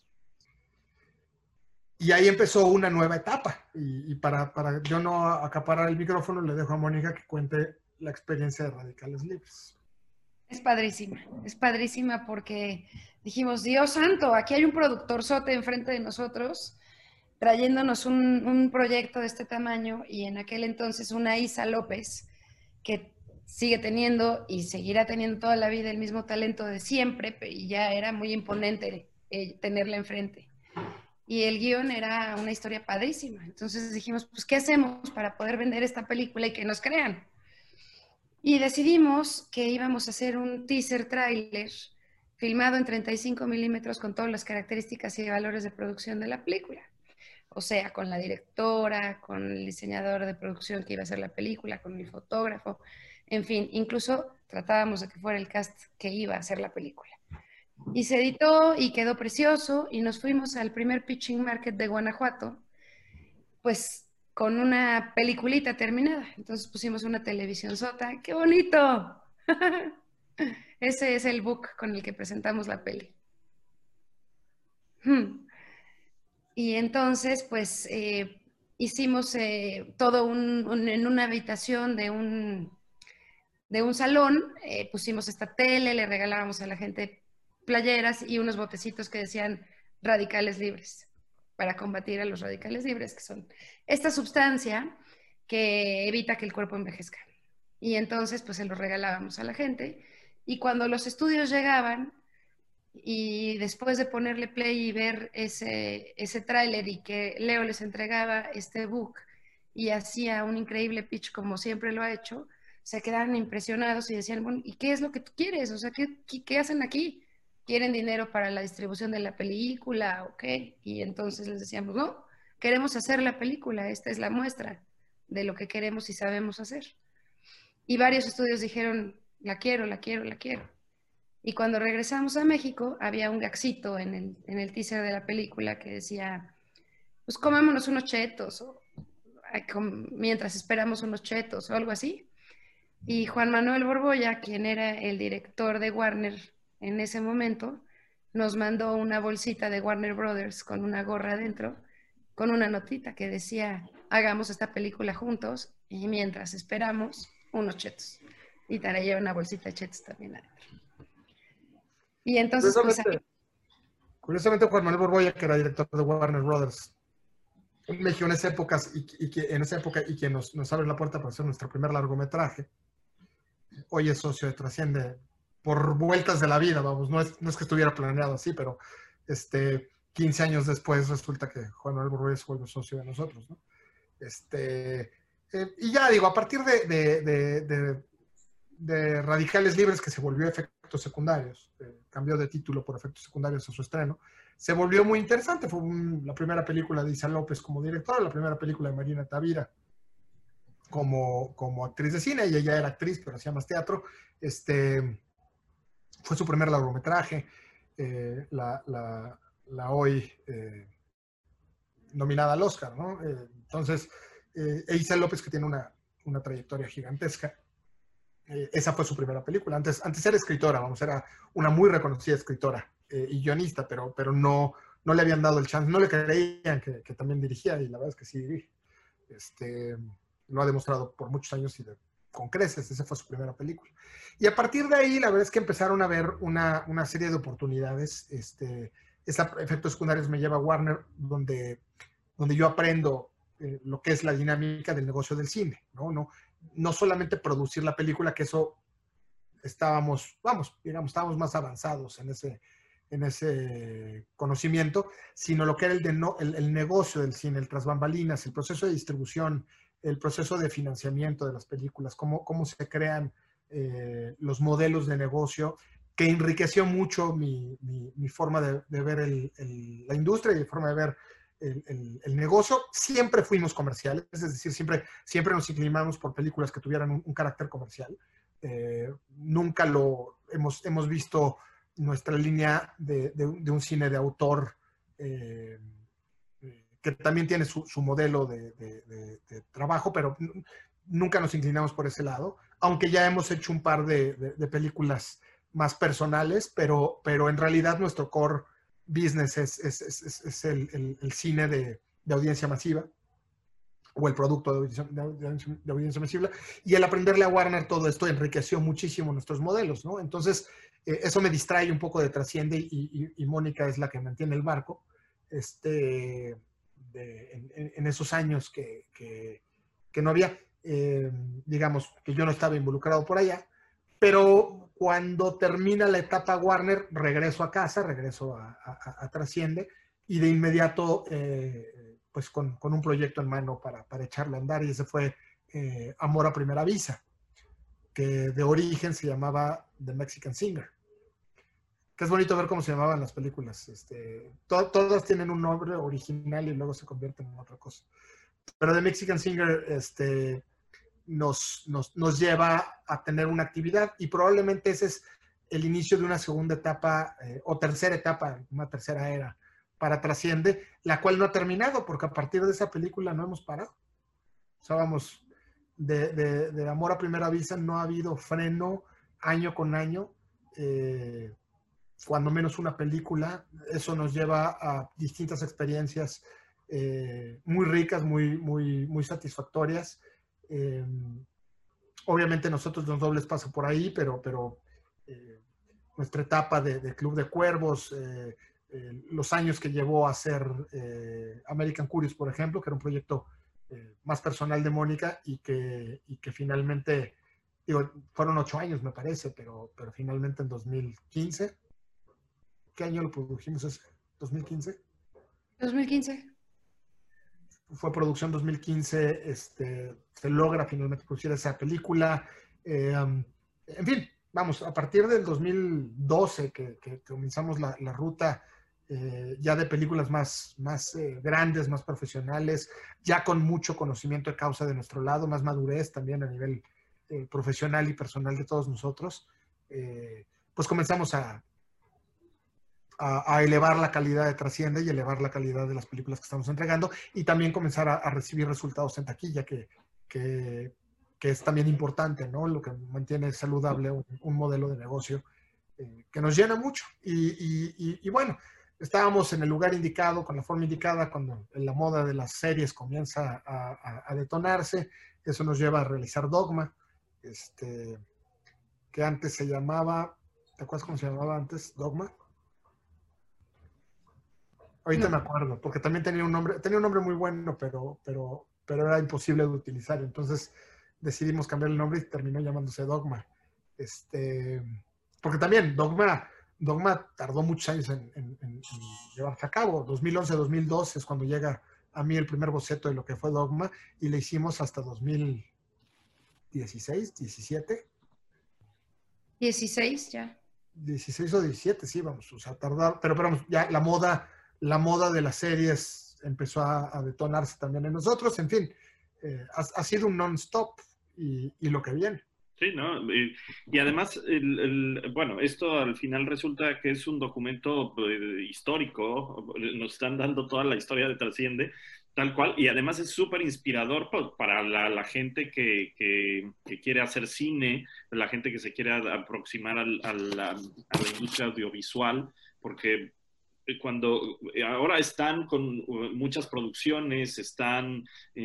Y ahí empezó una nueva etapa. Y para yo no acaparar el micrófono, le dejo a Mónica que cuente la experiencia de Radicales Libres. Es padrísima porque dijimos, Dios santo, aquí hay un productor sote enfrente de nosotros, trayéndonos un proyecto de este tamaño, y en aquel entonces una Isa López, que sigue teniendo y seguirá teniendo toda la vida el mismo talento de siempre, y ya era muy imponente tenerla enfrente. Y el guión era una historia padrísima. Entonces dijimos, pues, ¿qué hacemos para poder vender esta película y que nos crean? Y decidimos que íbamos a hacer un teaser trailer filmado en 35 milímetros con todas las características y valores de producción de la película. O sea, con la directora, con el diseñador de producción que iba a hacer la película, con el fotógrafo, en fin, incluso tratábamos de que fuera el cast que iba a hacer la película. Y se editó y quedó precioso, y nos fuimos al primer pitching market de Guanajuato, pues con una peliculita terminada. Entonces pusimos una televisión sota. ¡Qué bonito! Ese es el book con el que presentamos la peli. Y entonces, pues, hicimos todo en una habitación de un salón, pusimos esta tele, le regalábamos a la gente playeras y unos botecitos que decían Radicales Libres, para combatir a los radicales libres, que son esta sustancia que evita que el cuerpo envejezca. Y entonces, pues, se los regalábamos a la gente, y cuando los estudios llegaban, y después de ponerle play y ver ese tráiler, y que Leo les entregaba este book y hacía un increíble pitch como siempre lo ha hecho, se quedaron impresionados y decían, bueno, ¿y qué es lo que tú quieres? O sea, ¿qué hacen aquí? ¿Quieren dinero para la distribución de la película o qué? Y entonces les decíamos, no, queremos hacer la película, esta es la muestra de lo que queremos y sabemos hacer. Y varios estudios dijeron, la quiero. Y cuando regresamos a México, había un gaxito en el teaser de la película que decía, pues comámonos unos chetos, mientras esperamos unos chetos o algo así. Y Juan Manuel Borbolla, quien era el director de Warner en ese momento, nos mandó una bolsita de Warner Brothers con una gorra adentro, con una notita que decía, hagamos esta película juntos y mientras esperamos, unos chetos. Y te lleva una bolsita de chetos también adentro. Y entonces, pues... Curiosamente, Juan Manuel Borbolla, que era director de Warner Brothers en México en esa época, y que nos abre la puerta para hacer nuestro primer largometraje, hoy es socio de Trasciende por vueltas de la vida, vamos, no es que estuviera planeado así, pero 15 años después resulta que Juan Manuel Borbolla se vuelve socio de nosotros, ¿no? Y ya digo, a partir de Radicales Libres, que se volvió Efectos Secundarios, cambió de título por Efectos Secundarios a su estreno, se volvió muy interesante. Fue la primera película de Isa López como directora, la primera película de Marina Tavira como actriz de cine, y ella era actriz, pero hacía más teatro. Fue su primer largometraje, la hoy nominada al Oscar, ¿no? Entonces, Isa López, que tiene una trayectoria gigantesca, esa fue su primera película. Antes era escritora, vamos, era una muy reconocida escritora y guionista, pero no le habían dado el chance, no le creían que también dirigía, y la verdad es que sí dirige. Lo ha demostrado por muchos años y con creces. Esa fue su primera película. Y a partir de ahí, la verdad es que empezaron a ver una serie de oportunidades. Efectos Secundarios me lleva a Warner, donde yo aprendo lo que es la dinámica del negocio del cine, no solamente producir la película, que eso estábamos más avanzados en ese conocimiento, sino lo que era el negocio del cine, el tras bambalinas, el proceso de distribución, el proceso de financiamiento de las películas, cómo se crean los modelos de negocio, que enriqueció mucho mi forma de ver la industria y mi forma de ver el negocio. Siempre fuimos comerciales, es decir, siempre nos inclinamos por películas que tuvieran un carácter comercial. Nunca hemos visto nuestra línea de un cine de autor, que también tiene su modelo de trabajo, pero nunca nos inclinamos por ese lado, aunque ya hemos hecho un par de películas más personales, pero en realidad nuestro core business es el cine de audiencia masiva, o el producto de audiencia masiva, y el aprenderle a Warner todo esto enriqueció muchísimo nuestros modelos, ¿no? Entonces, eso me distrae un poco de Trasciende, y Mónica es la que mantiene el barco en esos años que no había, digamos, que yo no estaba involucrado por allá, pero cuando termina la etapa Warner, regreso a casa, regreso a Trasciende, y de inmediato, pues con un proyecto en mano para echarlo a andar, y ese fue Amor a Primera Vista, que de origen se llamaba The Mexican Singer. Que es bonito ver cómo se llamaban las películas. Todas tienen un nombre original y luego se convierten en otra cosa. Pero The Mexican Singer nos lleva a tener una actividad, y probablemente ese es el inicio de una segunda etapa, o tercera etapa, una tercera era para Trasciende, la cual no ha terminado, porque a partir de esa película no hemos parado. O sea, vamos, de Amor a Primera Vista no ha habido freno año con año, cuando menos una película. Eso nos lleva a distintas experiencias muy ricas, muy satisfactorias. Obviamente nosotros los dobles paso por ahí, pero nuestra etapa de Club de Cuervos, los años que llevó a hacer American Curious, por ejemplo, que era un proyecto más personal de Mónica, y que finalmente, digo, fueron 8 años me parece, pero finalmente en 2015, ¿qué año lo produjimos ese? ¿2015? 2015. Fue producción 2015, se logra finalmente producir esa película. En fin, vamos, a partir del 2012 que comenzamos la ruta ya de películas más grandes, más profesionales, ya con mucho conocimiento de causa de nuestro lado, más madurez también a nivel profesional y personal de todos nosotros, pues comenzamos a elevar la calidad de Trasciende y elevar la calidad de las películas que estamos entregando, y también comenzar a recibir resultados en taquilla, que es también importante, ¿no? Lo que mantiene saludable un modelo de negocio que nos llena mucho. Y bueno, estábamos en el lugar indicado, con la forma indicada, cuando la moda de las series comienza a detonarse. Eso nos lleva a realizar Dogma, que antes se llamaba, ¿te acuerdas cómo se llamaba antes? ¿Dogma? Ahorita me acuerdo, porque también tenía un nombre muy bueno, pero era imposible de utilizar. Entonces decidimos cambiar el nombre y terminó llamándose Dogma. Porque también Dogma tardó muchos años en llevarse a cabo. 2011, 2012 es cuando llega a mí el primer boceto de lo que fue Dogma y le hicimos hasta 2016, 17. 16 ya. 16 o 17, sí, vamos, o sea, tardar, pero vamos, ya la moda de las series empezó a detonarse también en nosotros, en fin, ha sido un non-stop y lo que viene. Sí, ¿no? Y además, bueno, esto al final resulta que es un documento histórico, nos están dando toda la historia de Trasciende, tal cual, y además es súper inspirador para la gente que quiere hacer cine, la gente que se quiere aproximar a la industria audiovisual, porque cuando ahora están con muchas producciones, están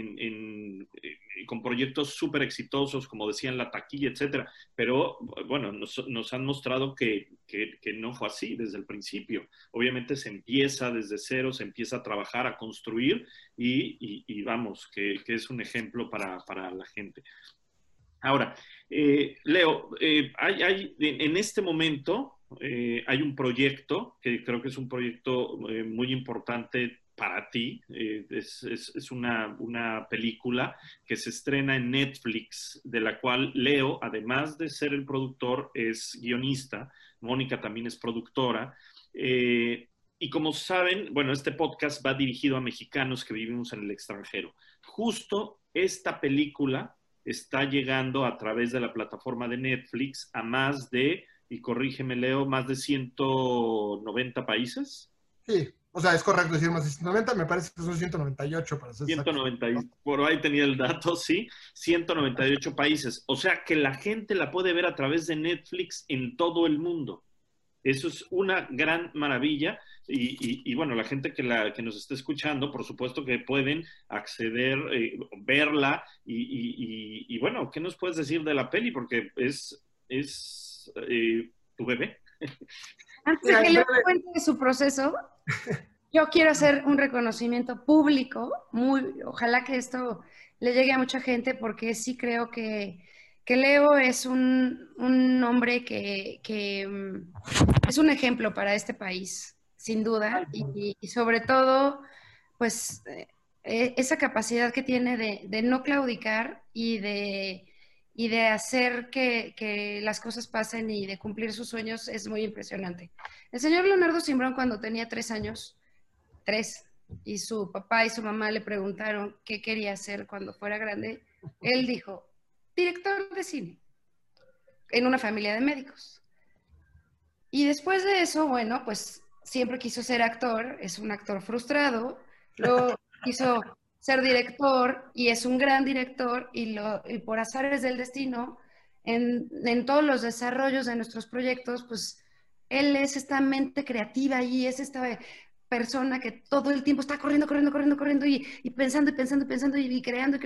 con proyectos súper exitosos, como decían, La Taquilla, etcétera, pero bueno, nos han mostrado que no fue así desde el principio. Obviamente se empieza desde cero, se empieza a trabajar, a construir y vamos, que es un ejemplo para la gente. Ahora, Leo, hay en este momento hay un proyecto que creo que es un proyecto muy importante para ti. Es una película que se estrena en Netflix, de la cual Leo, además de ser el productor, es guionista. Mónica también es productora. Y como saben, bueno, este podcast va dirigido a mexicanos que vivimos en el extranjero. Justo esta película está llegando a través de la plataforma de Netflix a más de, y corrígeme Leo, más de 190 países. Sí, o sea, es correcto decir más de 190, me parece que son 198 para ser 190, exacto. por ahí tenía el dato, sí, 198 países. O sea que la gente la puede ver a través de Netflix en todo el mundo. Eso es una gran maravilla y bueno, la gente que nos está escuchando, por supuesto que pueden acceder, verla y bueno, ¿qué nos puedes decir de la peli? Porque es tu bebé. Antes de que le cuente de su proceso, yo quiero hacer un reconocimiento público, ojalá que esto le llegue a mucha gente, porque sí creo que Leo es un hombre que es un ejemplo para este país, sin duda, y sobre todo, pues, esa capacidad que tiene de no claudicar y de hacer que las cosas pasen y de cumplir sus sueños es muy impresionante. El señor Leonardo Simbrón, cuando tenía 3 años, y su papá y su mamá le preguntaron qué quería hacer cuando fuera grande, él dijo, director de cine, en una familia de médicos. Y después de eso, bueno, pues siempre quiso ser actor, es un actor frustrado, luego quiso ser director y es un gran director y por azares del destino, en todos los desarrollos de nuestros proyectos, pues él es esta mente creativa y es esta persona que todo el tiempo está corriendo y pensando y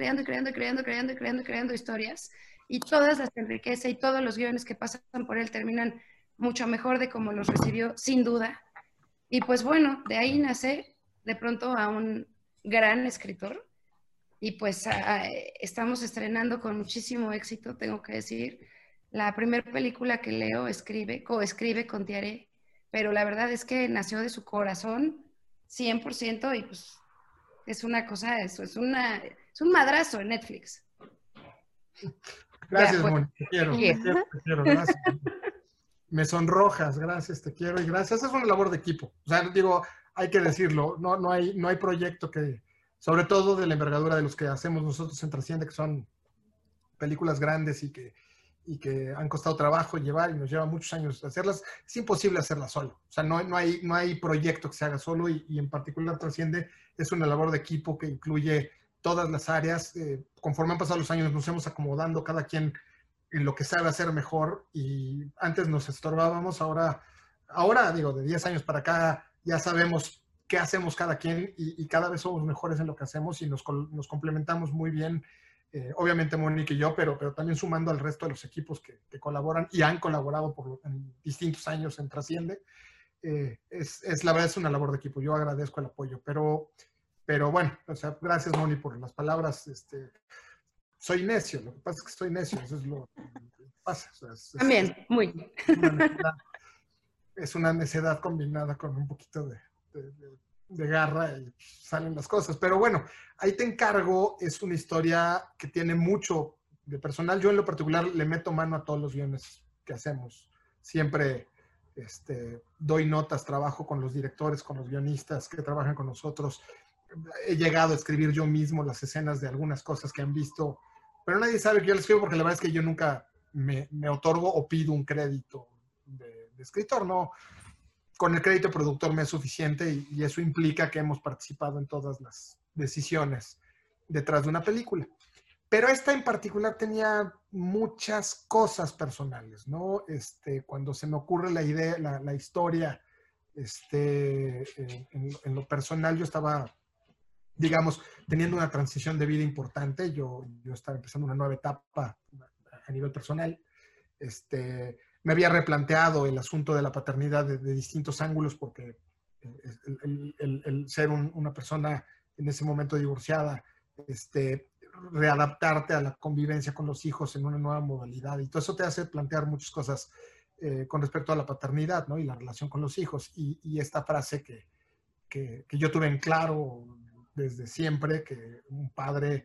creando historias y todas las enriquece y todos los guiones que pasan por él terminan mucho mejor de como los recibió, sin duda. Y pues bueno, de ahí nace de pronto a un gran escritor y pues estamos estrenando con muchísimo éxito, tengo que decir, la primera película que Leo coescribe con Tiare, pero la verdad es que nació de su corazón 100% y pues es una cosa, eso es un madrazo en Netflix. Gracias, Mónica, te quiero, gracias. Me sonrojas, gracias, te quiero y gracias. Es una labor de equipo. O sea, digo, hay que decirlo, no hay proyecto que, sobre todo de la envergadura de los que hacemos nosotros en Trasciende, que son películas grandes y que han costado trabajo llevar y nos lleva muchos años hacerlas, es imposible hacerlas solo. O sea, no hay proyecto que se haga solo y en particular Trasciende es una labor de equipo que incluye todas las áreas. Conforme han pasado los años nos hemos acomodando cada quien en lo que sabe hacer mejor y antes nos estorbábamos, ahora digo, de 10 años para acá ya sabemos qué hacemos cada quien y cada vez somos mejores en lo que hacemos y nos complementamos muy bien obviamente Mónica y yo, pero también sumando al resto de los equipos que colaboran y han colaborado en distintos años en Trasciende. La verdad es una labor de equipo. Yo agradezco el apoyo, pero bueno, o sea, gracias Moni por las palabras. Soy necio, lo que pasa es que soy necio, eso es lo que pasa. O sea, también, muy. Es una necedad combinada con un poquito de garra y salen las cosas. Pero bueno, ahí te encargo, es una historia que tiene mucho de personal. Yo en lo particular le meto mano a todos los guiones que hacemos. Siempre doy notas, trabajo con los directores, con los guionistas que trabajan con nosotros. He llegado a escribir yo mismo las escenas de algunas cosas que han visto, pero nadie sabe que yo las escribo porque la verdad es que yo nunca me otorgo o pido un crédito de escritor, ¿no? Con el crédito de productor me es suficiente y eso implica que hemos participado en todas las decisiones detrás de una película. Pero esta en particular tenía muchas cosas personales, ¿no? Cuando se me ocurre la idea, la historia, en lo personal yo estaba, digamos, teniendo una transición de vida importante. Yo estaba empezando una nueva etapa a nivel personal. Me había replanteado el asunto de la paternidad de distintos ángulos porque el ser una persona en ese momento divorciada, readaptarte a la convivencia con los hijos en una nueva modalidad y todo eso te hace plantear muchas cosas con respecto a la paternidad, ¿no? Y la relación con los hijos y esta frase que yo tuve en claro desde siempre, que un padre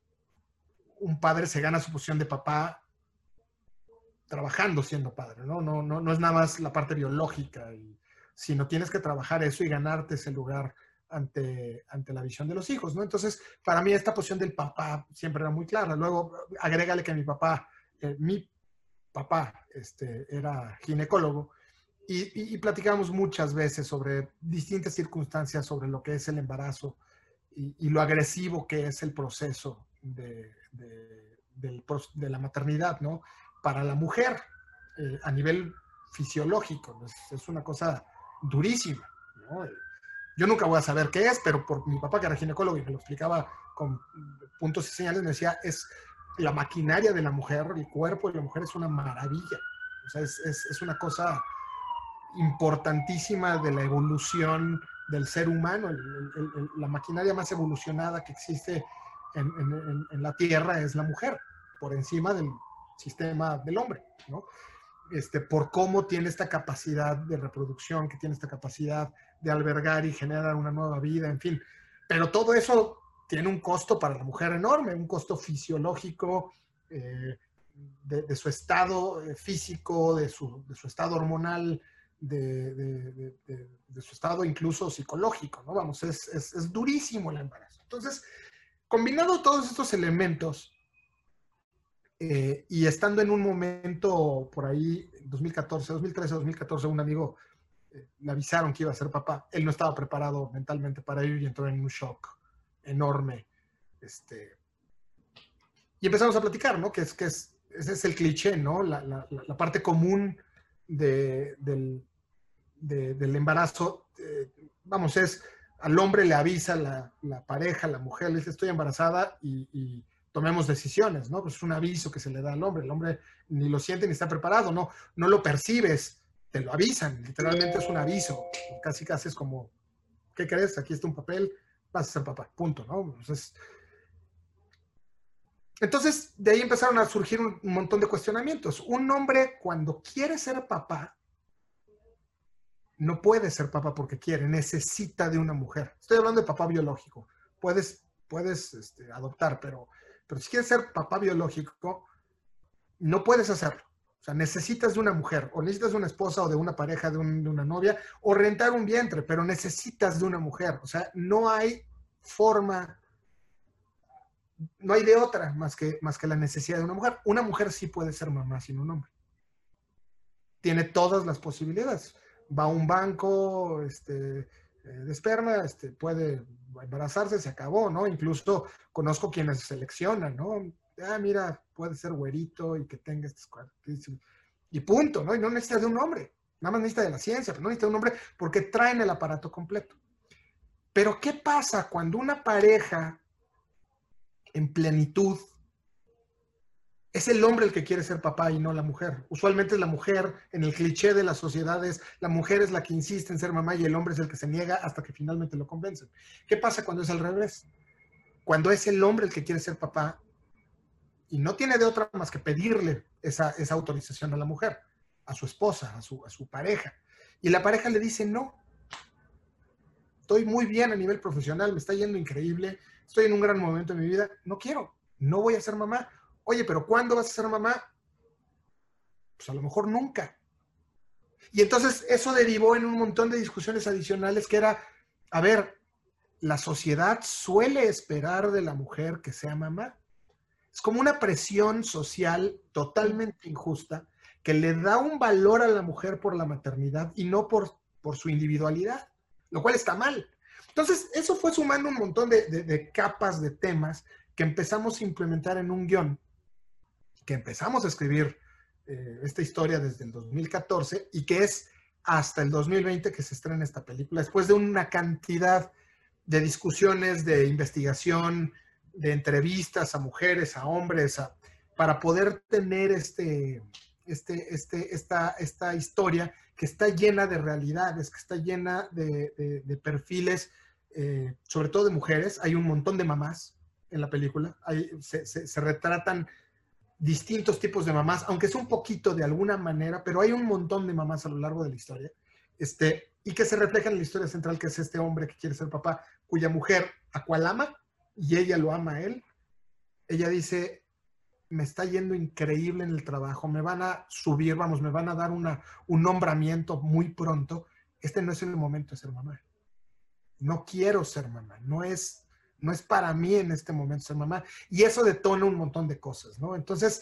se gana su posición de papá trabajando siendo padre, ¿no? No es nada más la parte biológica, sino tienes que trabajar eso y ganarte ese lugar ante la visión de los hijos, ¿no? Entonces, para mí esta posición del papá siempre era muy clara. Luego, agrégale que mi papá era ginecólogo y platicábamos muchas veces sobre distintas circunstancias, sobre lo que es el embarazo y lo agresivo que es el proceso de la maternidad, ¿no? Para la mujer, a nivel fisiológico, es una cosa durísima, ¿no? Yo nunca voy a saber qué es, pero por mi papá que era ginecólogo y me lo explicaba con puntos y señales, me decía, es la maquinaria de la mujer, el cuerpo de la mujer es una maravilla. O sea, es una cosa importantísima de la evolución del ser humano. La maquinaria más evolucionada que existe en la Tierra es la mujer, por encima del sistema del hombre, ¿no? Por cómo tiene esta capacidad de reproducción, que tiene esta capacidad de albergar y generar una nueva vida, en fin. Pero todo eso tiene un costo para la mujer enorme, un costo fisiológico, de su estado físico, de su estado hormonal, de su estado incluso psicológico, ¿no? Vamos, es durísimo el embarazo. Entonces, combinando todos estos elementos, y estando en un momento por ahí, 2013-2014, un amigo le avisaron que iba a ser papá. Él no estaba preparado mentalmente para ello y entró en un shock enorme. Y empezamos a platicar, ¿no? Ese es el cliché, ¿no? La parte común del embarazo. Vamos, al hombre le avisa la pareja, la mujer, le dice, estoy embarazada y tomemos decisiones, ¿no? Pues es un aviso que se le da al hombre. El hombre ni lo siente ni está preparado, no lo percibes, te lo avisan, literalmente es un aviso. Casi es como, ¿qué crees? Aquí está un papel, vas a ser papá, punto, ¿no? Entonces, de ahí empezaron a surgir un montón de cuestionamientos. Un hombre, cuando quiere ser papá, no puede ser papá porque quiere, necesita de una mujer. Estoy hablando de papá biológico. Puedes adoptar, pero si quieres ser papá biológico, no puedes hacerlo. O sea, necesitas de una mujer, o necesitas de una esposa, o de una pareja, de una novia, o rentar un vientre, pero necesitas de una mujer. O sea, no hay forma, no hay de otra más que la necesidad de una mujer. Una mujer sí puede ser mamá sin un hombre. Tiene todas las posibilidades. Va a un banco de esperma, puede embarazarse, se acabó, ¿no? Incluso conozco quienes seleccionan, ¿no? Mira, puede ser güerito y que tenga y punto, ¿no? Y no necesita de un hombre, nada más necesita de la ciencia, pero no necesita de un hombre porque traen el aparato completo. Pero ¿qué pasa cuando una pareja en plenitud Es el hombre el que quiere ser papá y no la mujer. Usualmente es la mujer, en el cliché de las sociedades, la mujer es la que insiste en ser mamá y el hombre es el que se niega hasta que finalmente lo convencen. ¿Qué pasa cuando es al revés? Cuando es el hombre el que quiere ser papá y no tiene de otra más que pedirle esa autorización a la mujer, a su esposa, a su pareja. Y la pareja le dice, no, estoy muy bien a nivel profesional, me está yendo increíble, estoy en un gran momento de mi vida, no quiero, no voy a ser mamá. Oye, pero ¿cuándo vas a ser mamá? Pues a lo mejor nunca. Y entonces eso derivó en un montón de discusiones adicionales que era, a ver, la sociedad suele esperar de la mujer que sea mamá. Es como una presión social totalmente injusta que le da un valor a la mujer por la maternidad y no por su individualidad, lo cual está mal. Entonces, eso fue sumando un montón de capas de temas que empezamos a implementar en un guión, que empezamos a escribir esta historia desde el 2014 y que es hasta el 2020 que se estrena esta película, después de una cantidad de discusiones, de investigación, de entrevistas a mujeres, a hombres, para poder tener esta historia que está llena de realidades, que está llena de perfiles, sobre todo de mujeres. Hay un montón de mamás en la película, se retratan distintos tipos de mamás, aunque es un poquito de alguna manera, pero hay un montón de mamás a lo largo de la historia, y que se reflejan en la historia central, que es este hombre que quiere ser papá, cuya mujer, a cual ama, y ella lo ama a él. Ella dice, me está yendo increíble en el trabajo, me van a subir, vamos, me van a dar un nombramiento muy pronto. Este no es el momento de ser mamá. No quiero ser mamá, no es para mí en este momento ser mamá. Y eso detona un montón de cosas, ¿no? Entonces,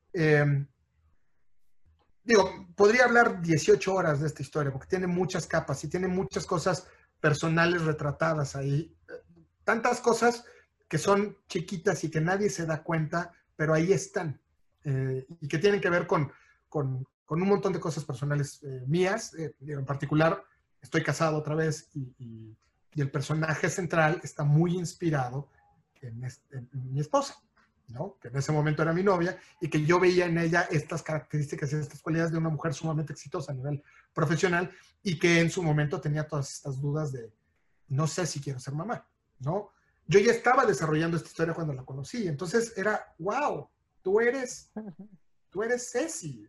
podría hablar 18 horas de esta historia, porque tiene muchas capas y tiene muchas cosas personales retratadas ahí. Tantas cosas que son chiquitas y que nadie se da cuenta, pero ahí están. Y que tienen que ver con un montón de cosas personales mías. En particular, estoy casado otra vez y el personaje central está muy inspirado en mi esposa, ¿no? Que en ese momento era mi novia y que yo veía en ella estas características y estas cualidades de una mujer sumamente exitosa a nivel profesional y que en su momento tenía todas estas dudas de no sé si quiero ser mamá, ¿no? Yo ya estaba desarrollando esta historia cuando la conocí, entonces era, wow, tú eres Ceci.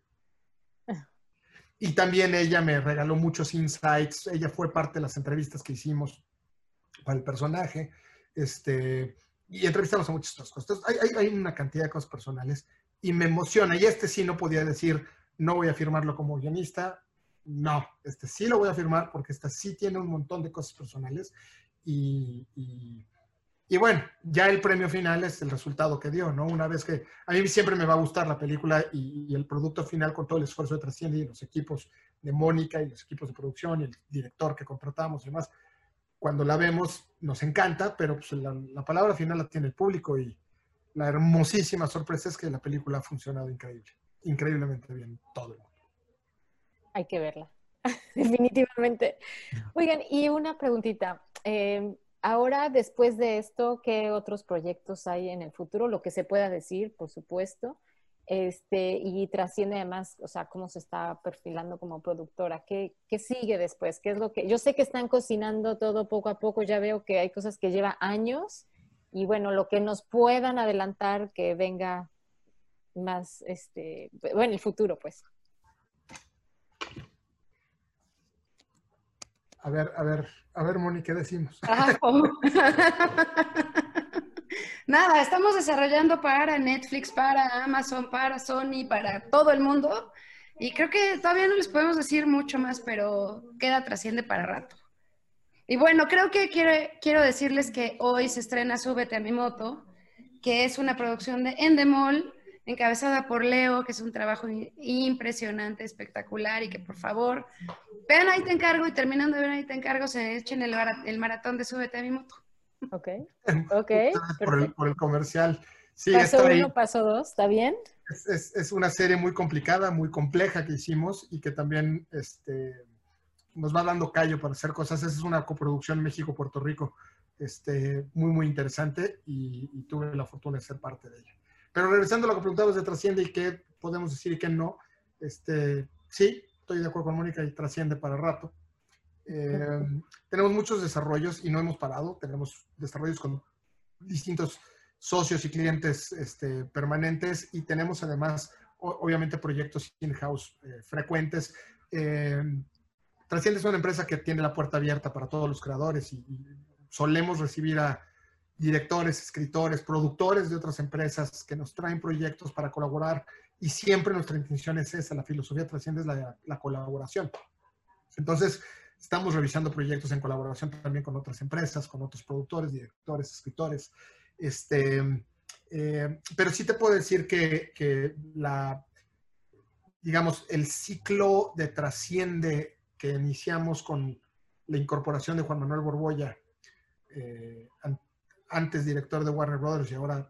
Y también ella me regaló muchos insights, ella fue parte de las entrevistas que hicimos para el personaje, y entrevistamos a muchas otras cosas. Entonces, hay una cantidad de cosas personales y me emociona. Y sí no podía decir, no voy a firmarlo como guionista. No, sí lo voy a firmar porque sí tiene un montón de cosas personales. Y bueno, ya el premio final es el resultado que dio, ¿no? Una vez que a mí siempre me va a gustar la película y el producto final con todo el esfuerzo de Trasciende y los equipos de Mónica y los equipos de producción y el director que contratamos y demás. Cuando la vemos nos encanta, pero pues la palabra final la tiene el público y la hermosísima sorpresa es que la película ha funcionado increíblemente bien todo el mundo. Hay que verla, definitivamente. Oigan, y una preguntita. Ahora, después de esto, ¿qué otros proyectos hay en el futuro? Lo que se pueda decir, por supuesto. Y Trasciende además, o sea, cómo se está perfilando como productora. ¿Qué sigue después? ¿Qué es lo que...? Yo sé que están cocinando todo poco a poco, ya veo que hay cosas que lleva años, y bueno, lo que nos puedan adelantar que venga más, bueno, el futuro, pues. A ver, Moni, ¿qué decimos? Nada, estamos desarrollando para Netflix, para Amazon, para Sony, para todo el mundo. Y creo que todavía no les podemos decir mucho más, pero queda Trasciende para rato. Y bueno, creo que quiero decirles que hoy se estrena Súbete a mi moto, que es una producción de Endemol, encabezada por Leo, que es un trabajo impresionante, espectacular, y que por favor vean Ahí te encargo y terminando de ver Ahí te encargo, se echen el maratón de Súbete a mi moto. Ok. Por el comercial. Sí, paso 1, paso 2, ¿está bien? Es una serie muy complicada, muy compleja que hicimos y que también nos va dando callo para hacer cosas. Es una coproducción México-Puerto Rico, muy, muy interesante y tuve la fortuna de ser parte de ella. Pero regresando a lo que preguntabas de Trasciende y qué podemos decir y qué no, sí, estoy de acuerdo con Mónica y Trasciende para rato. Tenemos muchos desarrollos y no hemos parado. Tenemos desarrollos con distintos socios y clientes permanentes y tenemos además, obviamente, proyectos in-house frecuentes. Trasciende es una empresa que tiene la puerta abierta para todos los creadores y solemos recibir a directores, escritores, productores de otras empresas que nos traen proyectos para colaborar y siempre nuestra intención es esa, la filosofía Trasciende es la colaboración. Entonces, estamos revisando proyectos en colaboración también con otras empresas, con otros productores, directores, escritores. Pero sí te puedo decir que digamos, el ciclo de Trasciende que iniciamos con la incorporación de Juan Manuel Borbolla, antes director de Warner Brothers y ahora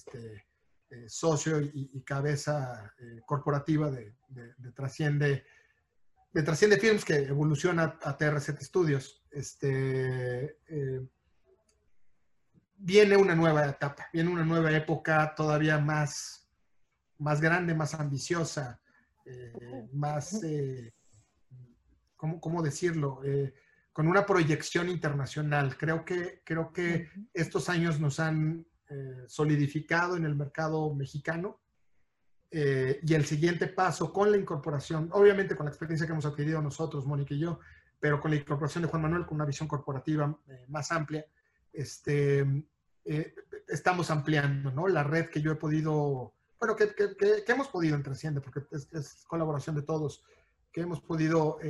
socio y cabeza corporativa de Trasciende Films, que evoluciona a TRZ Studios. Viene una nueva etapa, viene una nueva época todavía más grande, más ambiciosa, más, ¿cómo decirlo? Con una proyección internacional. Creo que estos años nos han solidificado en el mercado mexicano. Y el siguiente paso con la incorporación, obviamente con la experiencia que hemos adquirido nosotros, Mónica y yo, pero con la incorporación de Juan Manuel, con una visión corporativa más amplia, estamos ampliando, ¿no? La red que yo he podido, bueno, que hemos podido en Trasciende, porque es colaboración de todos, que hemos podido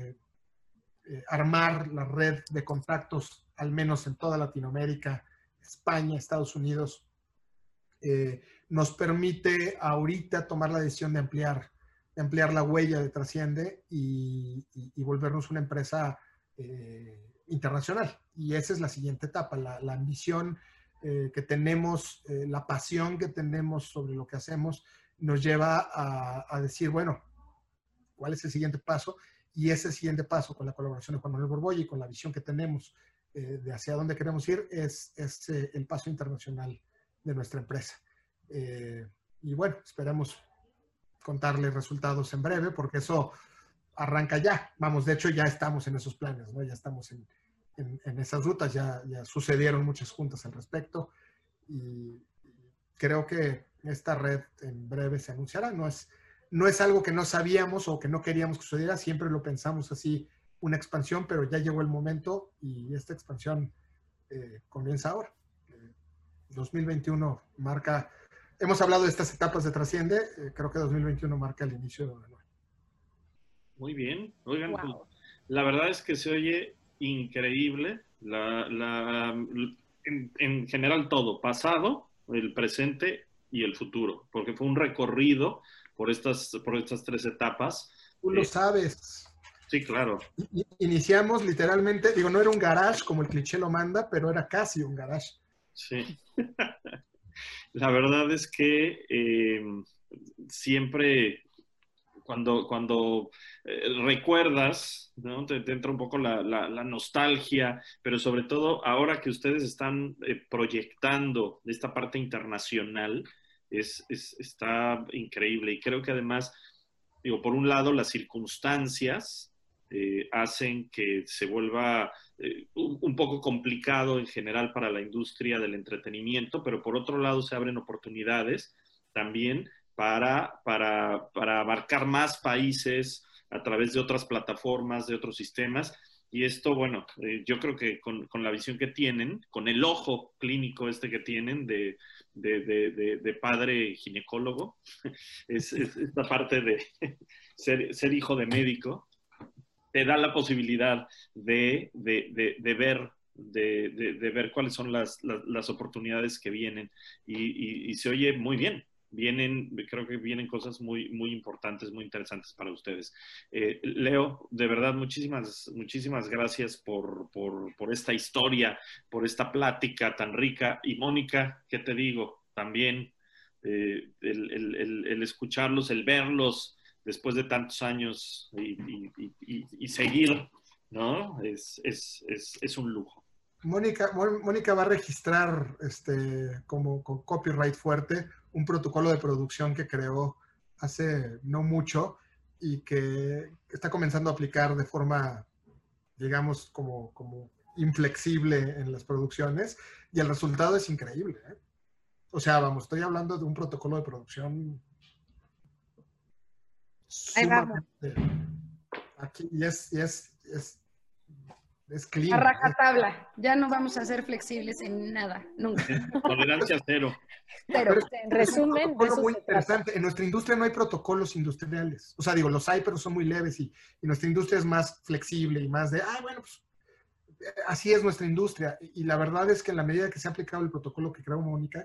armar la red de contactos, al menos en toda Latinoamérica, España, Estados Unidos, nos permite ahorita tomar la decisión de ampliar la huella de Trasciende y volvernos una empresa internacional. Y esa es la siguiente etapa, la ambición que tenemos, la pasión que tenemos sobre lo que hacemos, nos lleva a decir, bueno, ¿cuál es el siguiente paso? Y ese siguiente paso, con la colaboración de Juan Manuel Borbolla y con la visión que tenemos de hacia dónde queremos ir, es el paso internacional de nuestra empresa. Y bueno, esperemos contarles resultados en breve, porque eso arranca ya. Vamos, de hecho ya estamos en esos planes, ¿no? Ya estamos en esas rutas, ya sucedieron muchas juntas al respecto y creo que esta red en breve se anunciará. No es algo que no sabíamos o que no queríamos que sucediera, siempre lo pensamos así, una expansión, pero ya llegó el momento y esta expansión comienza ahora. 2021 marca, hemos hablado de estas etapas de Trasciende, creo que 2021 marca el inicio de una nueva. Muy bien. Oigan, Wow. la verdad es que se oye increíble. En general todo, pasado, el presente y el futuro, porque fue un recorrido por estas 3 etapas. Tú lo sabes. Sí, claro. Iniciamos literalmente, digo, no era un garage como el cliché lo manda, pero era casi un garage. Sí. La verdad es que siempre cuando recuerdas, ¿no? Te entra un poco la nostalgia, pero sobre todo ahora que ustedes están proyectando esta parte internacional, está increíble. Y creo que además, digo, por un lado, las circunstancias hacen que se vuelva un poco complicado en general para la industria del entretenimiento, pero por otro lado se abren oportunidades también para abarcar más países a través de otras plataformas, de otros sistemas. Y esto, bueno, yo creo que con la visión que tienen, con el ojo clínico que tienen de padre ginecólogo, es esta parte de ser hijo de médico, te da la posibilidad de ver cuáles son las oportunidades que vienen y se oye muy bien. Creo que vienen cosas muy, muy importantes, muy interesantes para ustedes. Leo, de verdad, muchísimas gracias por esta historia, por esta plática tan rica. Y Mónica, ¿qué te digo? También el escucharlos, el verlos después de tantos años y seguir, ¿no? Es un lujo. Mónica va a registrar como con copyright fuerte un protocolo de producción que creó hace no mucho y que está comenzando a aplicar de forma, digamos, como inflexible en las producciones, y el resultado es increíble, ¿eh? O sea, vamos, estoy hablando de un protocolo de producción Ahí vamos. sumamente aquí, y es A clean, ¿eh? rajatabla. Ya no vamos a ser flexibles en nada, nunca. Tolerancia cero. Pero En Es un resumen, de protocolo eso muy se trata. interesante. En nuestra industria no hay protocolos industriales. O sea, digo, los hay, pero son muy leves, y nuestra industria es más flexible y más de, bueno, pues así es nuestra industria. Y la verdad es que en la medida que se ha aplicado el protocolo que creó Mónica,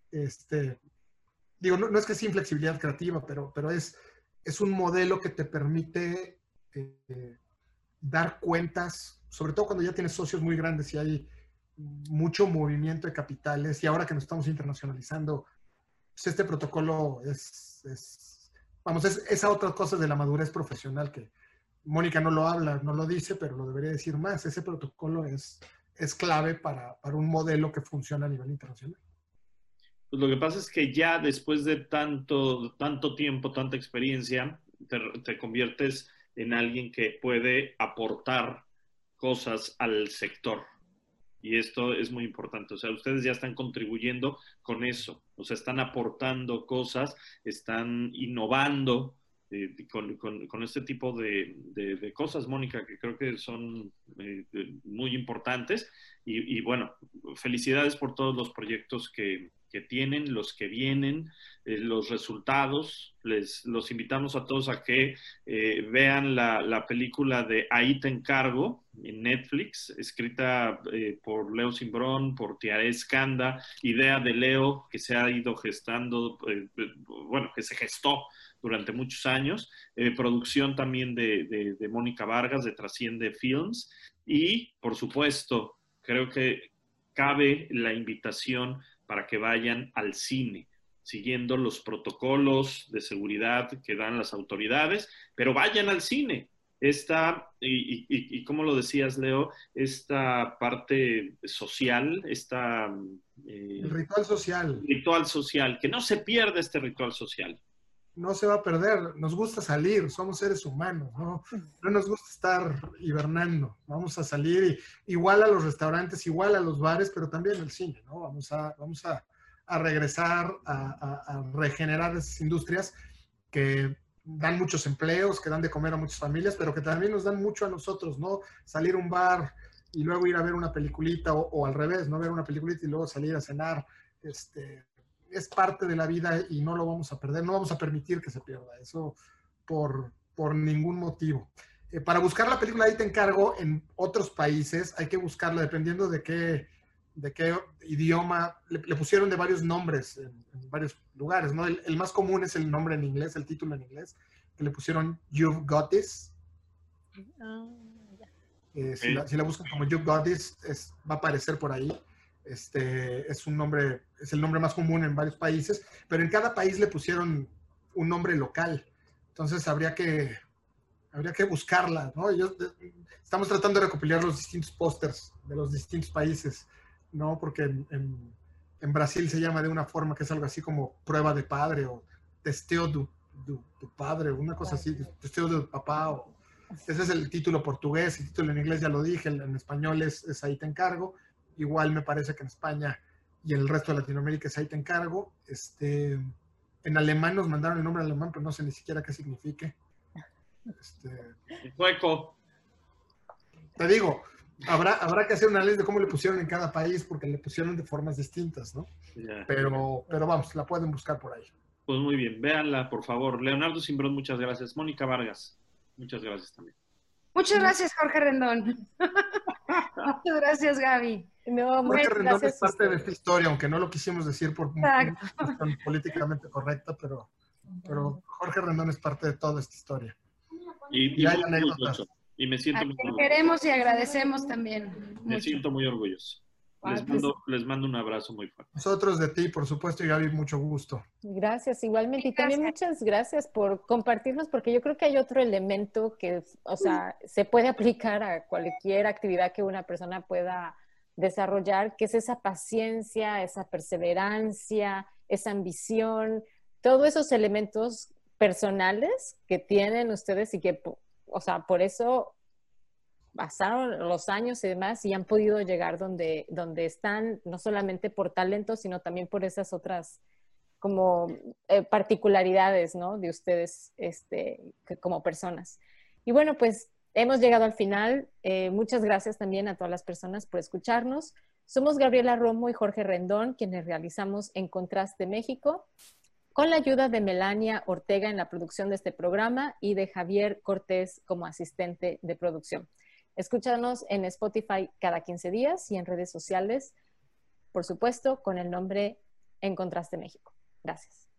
digo, no es que sea inflexibilidad creativa, pero es un modelo que te permite dar cuentas, sobre todo cuando ya tienes socios muy grandes y hay mucho movimiento de capitales, y ahora que nos estamos internacionalizando, pues este protocolo vamos, esa otra cosa de la madurez profesional que Mónica no lo habla, no lo dice, pero lo debería decir más. Ese protocolo es clave para un modelo que funciona a nivel internacional. Pues lo que pasa es que ya después de tanto tiempo, tanta experiencia, te conviertes en alguien que puede aportar cosas al sector. Y esto es muy importante. O sea, ustedes ya están contribuyendo con eso. O sea, están aportando cosas, están innovando con este tipo de cosas, Mónica, que creo que son muy importantes. Y bueno, felicidades por todos los proyectos que tienen, los que vienen, los resultados. Los invitamos a todos a que vean la película de Ahí te encargo en Netflix, escrita por Leo Simbrón, por Tiare Escanda, idea de Leo que se ha ido gestando, bueno, que se gestó durante muchos años, producción también de Mónica Vargas, de Trasciende Films, y por supuesto, creo que cabe la invitación para que vayan al cine, siguiendo los protocolos de seguridad que dan las autoridades, pero vayan al cine. Y como lo decías, Leo, esta parte social, El ritual social, que no se pierda este ritual social. No se va a perder. Nos gusta salir, somos seres humanos, ¿no? No nos gusta estar hibernando. Vamos a salir igual a los restaurantes, igual a los bares, pero también al cine, ¿no? Vamos a regresar a regenerar esas industrias que dan muchos empleos, que dan de comer a muchas familias, pero que también nos dan mucho a nosotros, ¿no? Salir a un bar y luego ir a ver una peliculita, o al revés, ¿no? Ver una peliculita y luego salir a cenar, es parte de la vida y no lo vamos a perder, no vamos a permitir que se pierda eso por ningún motivo. Para buscar la película Ahí te encargo en otros países, hay que buscarla dependiendo de qué idioma. Le pusieron de varios nombres en varios lugares, ¿no? El más común es el nombre en inglés, el título en inglés, que le pusieron You've Got This. Si la buscan como You've Got This, va a aparecer por ahí. Es el nombre más común en varios países, pero en cada país le pusieron un nombre local. Entonces habría que buscarla, ¿no? Estamos tratando de recopilar los distintos pósters de los distintos países, ¿no? Porque en Brasil se llama de una forma que es algo así como prueba de padre, o testeo de padre, una cosa así, testeo de papá. Ese es el título portugués. El título en inglés ya lo dije, en español es Ahí te encargo. Igual me parece que en España y en el resto de Latinoamérica es Ahí te encargo. En alemán nos mandaron el nombre alemán, pero no sé ni siquiera qué signifique. Sueco. Te digo, habrá que hacer un análisis de cómo le pusieron en cada país, porque le pusieron de formas distintas, ¿no? Yeah. Pero vamos, la pueden buscar por ahí. Pues muy bien, véanla, por favor. Leonardo Simbrón, muchas gracias. Mónica Vargas, muchas gracias también. Muchas gracias, Jorge Rendón. Muchas gracias, Gaby. No, Jorge Rendón es parte de esta historia, aunque no lo quisimos decir por una cuestión políticamente correcta, pero Jorge Rendón es parte de toda esta historia. Y hay anécdotas. Y me siento muy orgulloso. Queremos y agradecemos también. Me siento muy orgulloso. Les mando un abrazo muy fuerte. Nosotros de ti, por supuesto, y Gaby, mucho gusto. Gracias, igualmente. Y también muchas gracias por compartirnos, porque yo creo que hay otro elemento que, o sea, se puede aplicar a cualquier actividad que una persona pueda desarrollar, que es esa paciencia, esa perseverancia, esa ambición, todos esos elementos personales que tienen ustedes y que, o sea, por eso pasaron los años y demás y han podido llegar donde están, no solamente por talento, sino también por esas otras como particularidades, ¿no? De ustedes como personas. Y bueno, pues hemos llegado al final. Muchas gracias también a todas las personas por escucharnos. Somos Gabriela Romo y Jorge Rendón, quienes realizamos En Contraste México, con la ayuda de Melania Ortega en la producción de este programa y de Javier Cortés como asistente de producción. Escúchanos en Spotify cada 15 días y en redes sociales, por supuesto, con el nombre En Contraste México. Gracias.